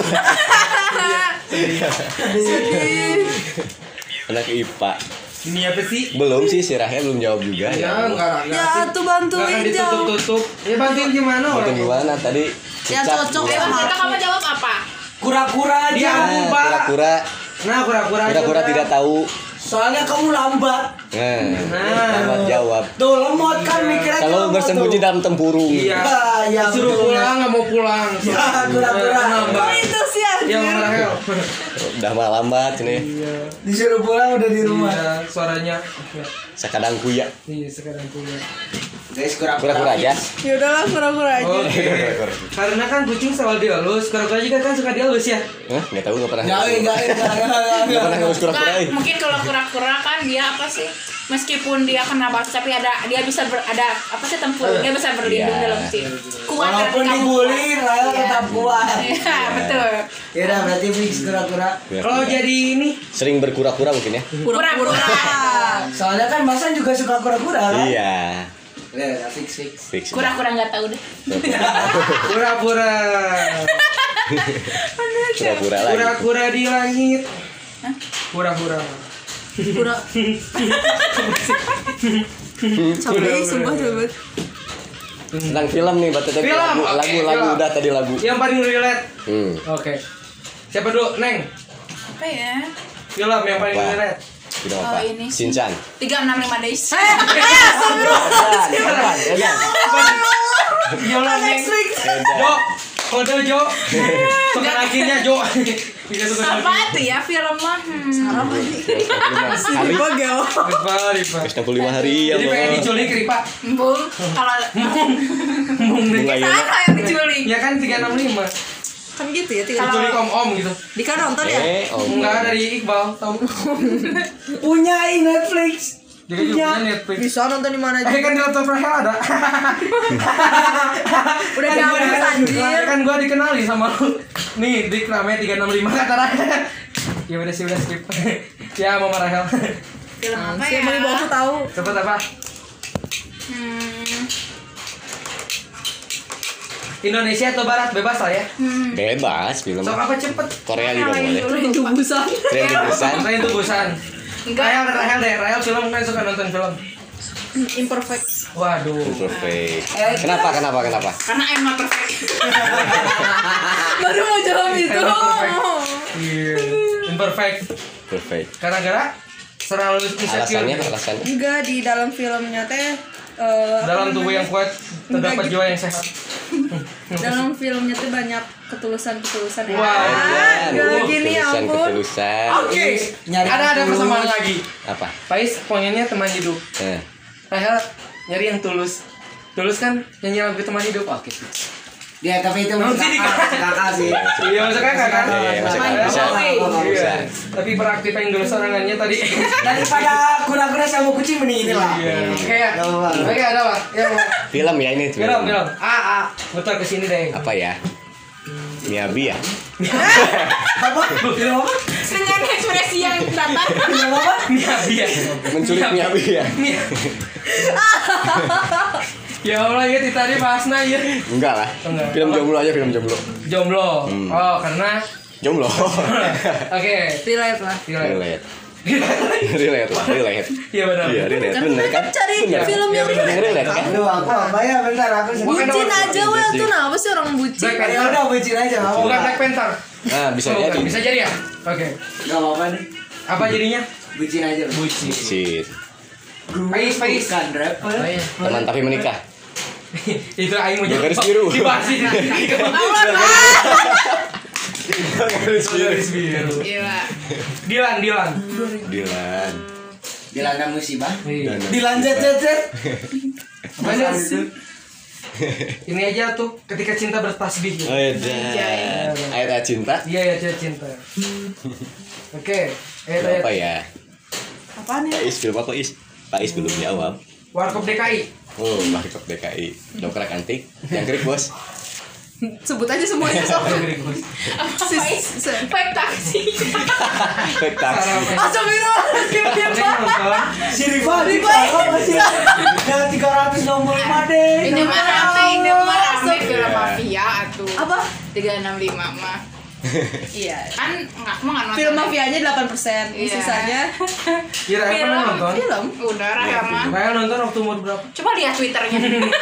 Anak IPA. Ini apa sih? Belum sih si Rahel belum jawab juga Ya enggak lah. Ya tuh bantuin Enggak jauh. ditutup-tutup. Ya bantuin gimana? Mungkin orang? gimana tadi? Ya cicak cocok dua. Ayo, kita kamu jawab apa? Kura-kura aja. Dia Nah, Pak. kura-kura. Nah, kura-kura. Kura-kura tidak tahu. Soalnya kamu lambat. Lambat jawab. Tuh lemot kan mikirnya. Selalu lemot bersembunyi tuh. dalam tempurung. Iya. Ya Suruh betul. pulang nggak mau pulang. Ya, kura-kura. Nambah. Oh itu sih Ya anjir. Mama Rahel. Udah mah lambat ini. Iya. Disuruh pulang udah di rumah. Iya, suaranya. Sekadang kuya. Iya, sekarang punya. Guys, kura-kura. Kura-kura aja. Ya udahlah pura-pura aja. Oke. Karena kan kucing selalu dielus, kura-kura juga kan suka dielus ya. Hah? Nggak tahu nggak pernah. Enggak. Nggak pernah ngurus kura-kura. Nggak, mungkin kalau kura-kura kan dia apa sih? Meskipun dia kena batu tapi dia bisa ada apa sih tempurung, dia bisa berlindung Iya. dalam sih. Kuat Walaupun terhadap dibully, Rahel Iya. tetap kuat. Iya, betul. Ya udah berarti fix kura-kura. Kalau jadi ini Sering berkura-kura mungkin ya. Pura-pura. Soalnya kan Masan juga suka kura-kura kan? Iya. Ya, fix. Fix. Kura-kura nggak tahu deh. pura-pura. Pura-pura lagi. Kura-kura di langit. Kura-kura. Pura. Capek sumpah coba. Tentang film nih, berarti tadi Film, lagu, oke, lagu film. udah tadi lagu. Yang paling relate. Oke. Siapa dulu? Neng. Apa ya? Film yang paling Wah. relate. Film Oh, apa? ini sih. Shinchan. 365 days. Iya lah Neng. Jo. Kode Jo. Suka akhirnya Jo. Apa tuh ya film mah? Hari. Ripa. 65 hari ya. Jadi pengen diculik Ripa. Bung, kalau Bunga ya. sana yang diculik. Ya kan 365. Kan gitu ya, Diculik om-om gitu. Dika nonton ya? Enggak dari Iqbal, tahu. Punya Netflix. Jadi juga punya Netflix. Bisa nonton di mana aja. Kan di laptop Rahel ada. Udah dihapus anjir. Kan gua dikenali sama lu. Nih, Dik namanya 365 kata Rahel. Ya udah sih, udah skip. Ya, Mama Rahel. Film apa Si ya? mau ibu aku tahu. Cepet apa? Indonesia atau Barat bebas lah ya. Bebas film. Sok apa cepet? Korea juga boleh. Itu busan. Tren di Busan. Saya itu Busan. Enggak. Rahel deh. Rahel film kan suka nonton film. Imperfect. Waduh. Perfect. Kenapa? Karena I'm not perfect. Baru mau jawab itu. Iya. Imperfect. Perfect. Gara-gara selalu Alasannya insecure. Enggak, di dalam filmnya teh Dalam tubuh yang kuat terdapat gitu. jiwa yang sehat. dalam filmnya tuh banyak ketulusan ya. Wah, Aduh, gini ya ampun. Ketulusan. Oke. Ada persamaan lagi. Apa? Pais pengennya teman hidup. Rahel nyari yang tulus. Tulus kan nyanyi lagu teman hidup. Oke. Dia tapi itu masuk kakak sih. Iya masuk kakak kan? Iya, masuk kakak. Bisa. Iya. Tapi beraktif yang dulu sorangannya tadi. Daripada kura-kura sama kucing mending ini lah. Kayak ada apa? Ya, Film ya ini film. Betul kesini deh. Apa ya? Miyabi ya? Apa? Film apa? Dengan ekspresi yang datar. Film apa? Miyabi ya. Menculik Miyabi ya? Ya Allah ya tadi bahasna ya. Enggak lah. Enggak. Film jomblo aja, film jomblo. Jomblo. Oh, karena Jomblo. oke. Relate lah. Relate. Relate lah, relate. Iya benar. Iya, relate. Kan Bener kan? mereka cari Bener. film yang Yang relate kan? Aduh, apa ya? Bentar aku bucin aja weh tuh kenapa sih orang bucin? Black Panther. Ya udah bucin aja. nggak Bukan apa-apa. Black Panther. Nah, bisa Oh, bukan. jadi. Bisa jadi ya? Oke. Nggak apa-apa nih. Apa jadinya? Bucin aja. Shit. Pais. Bukan rapper. Teman tapi menikah. Itu aing mau Garis biru. Dibahasin. Garis biru. Gila. Dilan. Dilan. Dilanda musibah. Iya. Dilanjut jet. Banyak sih. Ini aja tuh ketika cinta bertasbih. Oh iya. Ayat cinta. Iya ya cinta. Oke. Apa ya? Apaan ya? Is film apa Is? Pak Is belum jawab. Warkop DKI. Oh, Warkop DKI. Dongkrak antik. Jangkrik bos. Sebut aja semuanya sok. Fake taksi. Fake taksi. Astagfirullah. Si Riva masih yang 365 deh. Ini mah rame film mafia atuh. Apa? 365 mah. Iya. Kan enggak mau nonton. Film mafianya 8%, Iya. sisanya Kira pernah nonton? film. Udah Rahel mah. Rahel nonton waktu umur berapa? Coba lihat Twitternya.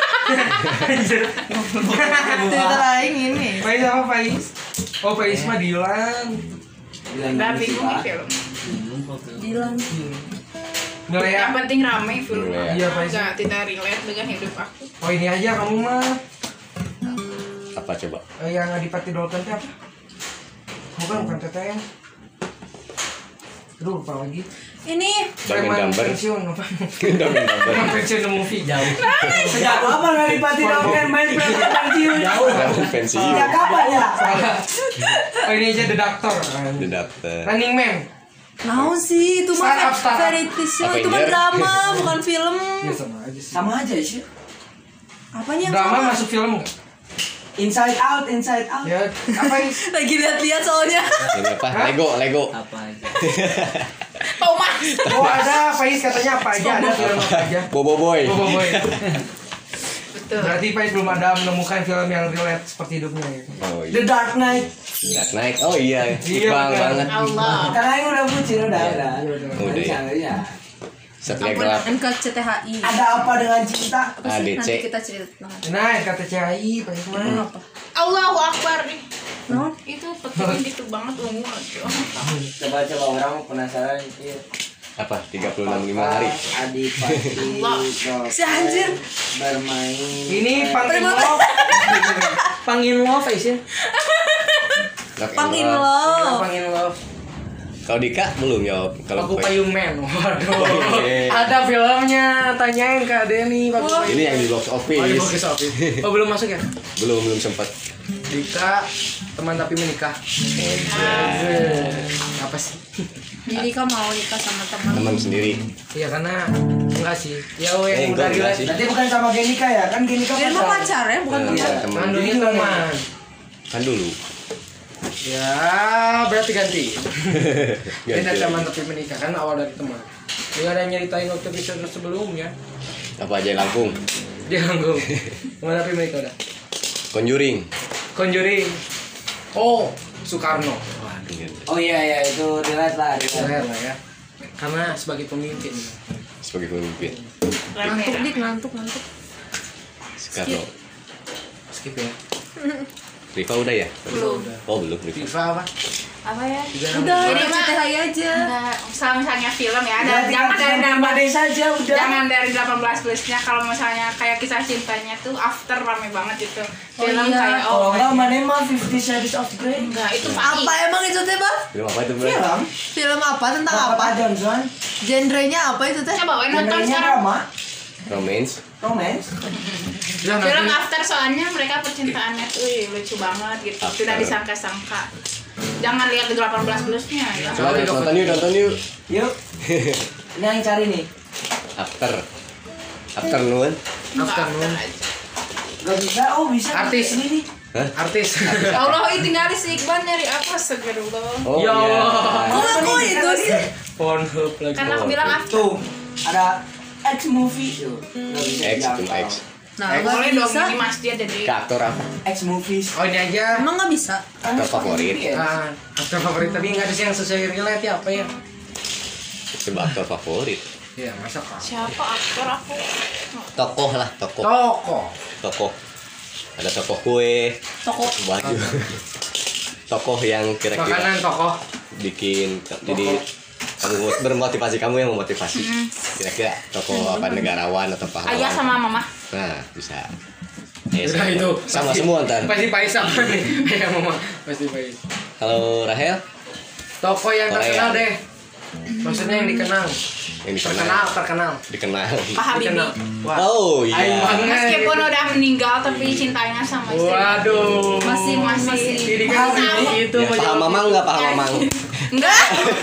Twitter aing ini. Pais apa Pais? Oh Pais mah Dilan. Udah bingung nih film. Dilan. Nilai Yang penting rame film. Iya, Iya, Pais. Enggak tidak relate dengan hidup aku. Oh ini aja kamu mah. Apa coba? Yang Adipati Dolken teh apa? Bukan teteh. Aduh lupa lagi. Ini Diamond Gambar. pensiun apa? Diamond Gambar. Pensiun the movie jauh. Sejak kapan Adipati Dolken main film pensiun? Diamond pensiun. Sejak kapan ya? Oh ini aja The Doctor. The Doctor. Running Man. naon sih itu mah Startup. variety show itu mah Avenger. drama bukan film. Ya sama aja sih. Sama aja sih. Apanya yang Drama sama? masuk film nggak? Inside Out. Ya apa ini? Lagi lihat-lihat soalnya. Ini apa? Lego. Apa aja? Thomas. Oh ada Pais katanya apa aja ada film apa aja. Bobo Boy. Oh boy. Betul. Berarti Pais belum ada menemukan film yang relate seperti hidupnya ya. Oh The iya. Dark Knight. Dark Knight. Oh iya. Iya, Bang bener. banget. Allah. Karena yang udah bucin udah. Udah ya. Ya. Satria gelap. NKCTHI. Ada apa dengan cinta? Apa sih? ADC. Nanti kita cerita. Nah, kata CHI pakai kemana? Apa? Allahu Akbar nih. No? Itu petingnya gitu banget ungu aja. Coba orang penasaran itu Apa? 36 hari. adik pasti Si anjir. bermain. Ini Pangin Love. Pangin Love ya. Lock and Pangin lock. lo. Pangin Love. Kalau Dika belum jawab. Kalau Paku gue- Payung Man. Waduh. Oke. Ada filmnya, tanyain ke Denny Paku Payung. Ini yang di box Oh, di office. box office. Oh, belum masuk ya? Belum sempat. Dika teman tapi menikah. Apa sih? Jadi kamu mau nikah sama teman. Teman sendiri. Iya karena enggak sih. Ya yang udah enggak relate. sih. Berarti bukan sama Genika ya? Kan Genika Dia mah pacar. pacar ya, bukan Iya, teman. teman. Kan dulunya teman. Kan dulu. Ya, berarti ganti. Kita Ganti. teman tapi menikah kan awal dari teman. Dia ada nyeritain waktu episode sebelumnya. Apa aja Lampung? Dia nganggung. Teman tapi menikah udah. Conjuring. Conjuring. Oh, Soekarno. Oh iya itu relate lah. Keren lah ya. Karena sebagai pemimpin. Sebagai pemimpin. Ngantuk dik, ngantuk. Soekarno. Skip ya. Riva udah ya? Belum. Oh belum Riva. FIFA apa? Apa ya? Udah, Ini di mah- CTHI aja. Enggak, misalnya film ya, ada Berarti jangan dari nama desa aja udah. jangan dari 18 plusnya. Kalau misalnya kayak kisah cintanya tuh After rame banget gitu. Oh Film iya. kayak Kalau enggak mana mah 50 Shades of Grey. enggak itu Apa Pak. emang itu teh, Bang? Film apa itu bro? Film. Film apa? Tentang apa? Papa Johnson. Genrenya apa itu teh? Coba we nonton Genrenya sekarang. drama, Romance. romance. Ya, Film nanti After soalnya mereka percintaannya tuh lucu banget gitu. After. Tidak disangka-sangka. Jangan lihat di 18 plusnya ya. Coba nonton yuk. Yuk. Ini yang cari nih. Afternoon. Enggak Afternoon. After aja. Gak bisa. Oh bisa. Artis. Ini nih. Hah? Artis. Ya Allah, tinggal si Iqbal nyari apa segerullah. Oh Ya iya. Allah. Kok itu sih? Pornhub lagi. Karena aku bilang After. Tuh. Ada X movie tuh. Nggak bisa X dijangkau. cuma X. Nah, Boleh nggak dong bisa. di masjid jadi. Ke aktor apa? X movies. Oh ini aja. Emang nggak bisa? Aktor favorit. Ah, aktor favorit tapi nggak ada sih yang sesuai relate ya apa ya? Coba aktor favorit. Iya, masa kan. Siapa aktor aku? Tokoh lah, tokoh. Toko. Ada tokoh kue, Toko. baju. Tokoh yang kira-kira Makanan toko. bikin jadi kamu bermotivasi, kamu yang memotivasi. Kira-kira tokoh apa, negarawan atau pahlawan? Ayah sama mama. Nah, bisa. Udah itu. Sama semua ntar. Pasti Pais sama nih. Ya mama, pasti Pais. Halo Rahel, Toko yang Korea. terkenal deh. Maksudnya yang dikenal. yang dikenal. Terkenal. Dikenal. Pak Habibie. Dikenal. Wah. Oh Aing iya. banget. Meskipun udah meninggal tapi cintanya sama istri. Waduh. Masih. Ini kan itu Ya, paham mamang nggak paham mamang? Enggak.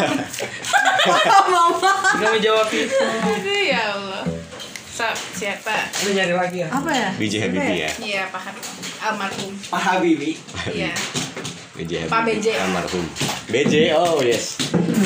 Mama. Nggak menjawab itu. Aduh ya Allah. Siapa? Lu nyari lagi ya? Apa ya? BJ Habibie ya. Iya, Pak Habibie. Almarhum. Pak Habibie. Iya. BJ Pak Habibie. BJ. Almarhum. BJ, oh yes.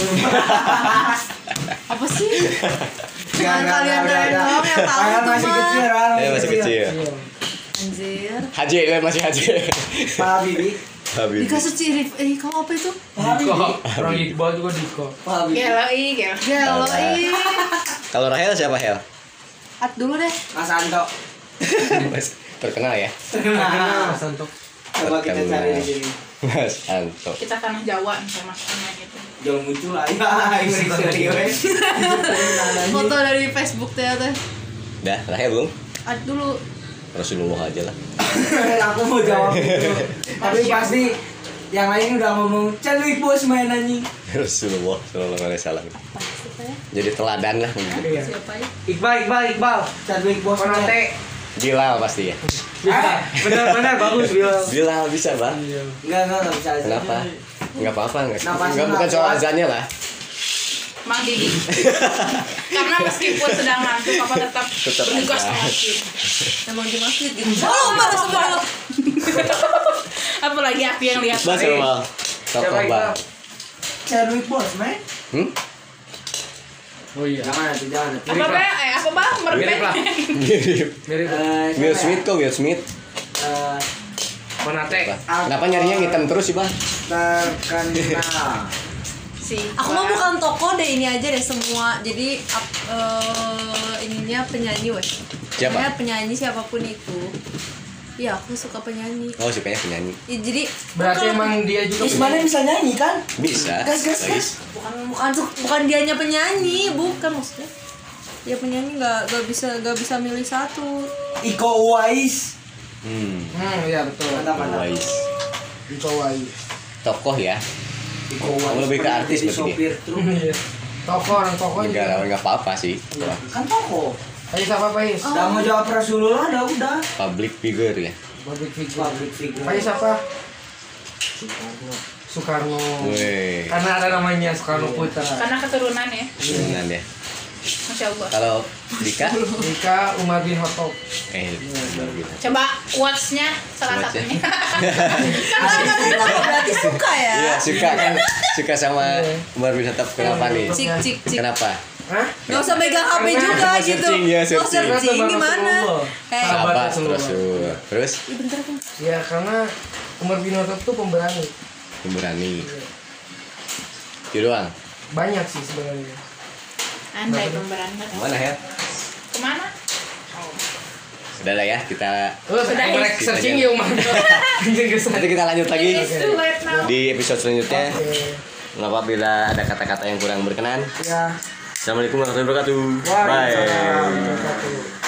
Apa sih? Jangan Nggak, kalian udah, kalian udah. doang yang tahu Rahel tuh masih mah. kecil, Rahel Masih kecil. Anjir. Haji, masih Haji. Pak Habibie. Habibie. Dikasih ciri, kamu apa itu? Pak Habibie. Orang Iqbal juga Diko. Pak Habibie. Gelo. Gelo, ih. Kalau Rahel siapa Hel? At dulu deh. Mas Anto. Mas terkenal ya. Nah, Santok. coba kita cari di sini. Mas Anto. Kita tanah Jawa sama sama gitu. Jangan muncul lah ya, ini serius. Foto dari Facebook teh teh. Dah, Rahel belum? At dulu. Rasulullah aja lah. Aku mau jawab itu. Tapi pasti yang lain udah ngomong Chadwick Bos main anjing. Rasulullah sallallahu alaihi wasallam. Jadi teladan lah. Iya. Siapa ya? Iqbal. Chadwick Bos main. Konate. Bilal pasti ya. Benar bagus Bilal. Bilal bisa, Bang. Enggak bisa. Kenapa? Enggak apa-apa, Kenapa sih enggak bukan nggak soal kuat? azannya lah. Mang Didi. Karena meskipun sedang ngantuk, Papa tetap Tetap bertugas ada. di masjid. Emang di masjid gitu. Oh, marah semua. Apalagi aku yang lihat. Bang sama tokoh Bang. Chadwick Bos main. Oh iya. Jangan. Apa Bang? Apa Bang? Mirip lah. Mirip. Mirip. Will Smith kok, Will Smith. Konate. Kenapa nyarinya yang hitam terus sih, Bang? Terkenal. sih. Aku mah bukan tokoh deh, ini aja deh semua. Jadi ininya penyanyi wes. Siapa? Pokoknya penyanyi siapapun itu. Iya, aku suka penyanyi. Oh, sukanya penyanyi. Ya, jadi Berarti emang dia juga Ismail bisa nyanyi kan? Bisa. Gas, gas, Guys. bukan dianya penyanyi, bukan maksudnya. Ya penyanyi nggak bisa milih satu. Iko Uwais. iya betul. Mantap, mantap. Wise. Iko Uwais. Tokoh ya. Iko Uwais. Kamu lebih ke pernah artis jadi berarti dia. sopir truk. Iya. Orang tokoh Negara juga. nggak apa-apa sih. Kan toko. Ayo siapa Pais? Udah mau jawab Rasulullah udah. Public figure ya. Public figure. Public figure. Pais siapa? Soekarno. Weh. Karena ada namanya Soekarno Putra. Karena keturunan ya. Beneran ya. Masya Allah. Kalau Dika, Dika Umar bin Khattab. luar biasa. Coba quotes-nya salah Quotes-nya. satunya. Karena berarti suka ya. Iya suka kan, suka sama Umar bin Khattab. Kenapa nih? Cik. Kenapa? Hah? Gak usah megang HP juga Mau gitu. searching, ya, Mau searching. searching gimana? Sahabat Sahabat Rasulullah. Rasul. Terus Ih, bentar kan. Ya karena Umar bin Khattab tuh pemberani. pemberani. Itu doang. Banyak sih sebenarnya. Andai pemberani. Mana ya? Kemana? Udah lah ya kita. Sudah, Mereka searching ya Umar. Nanti kita lanjut lagi It's too late now. di episode selanjutnya. Oke. Nggak apa bila ada kata-kata yang kurang berkenan. Ya. Assalamualaikum warahmatullahi wabarakatuh. Waalaikumsalam Bye. warahmatullahi wabarakatuh.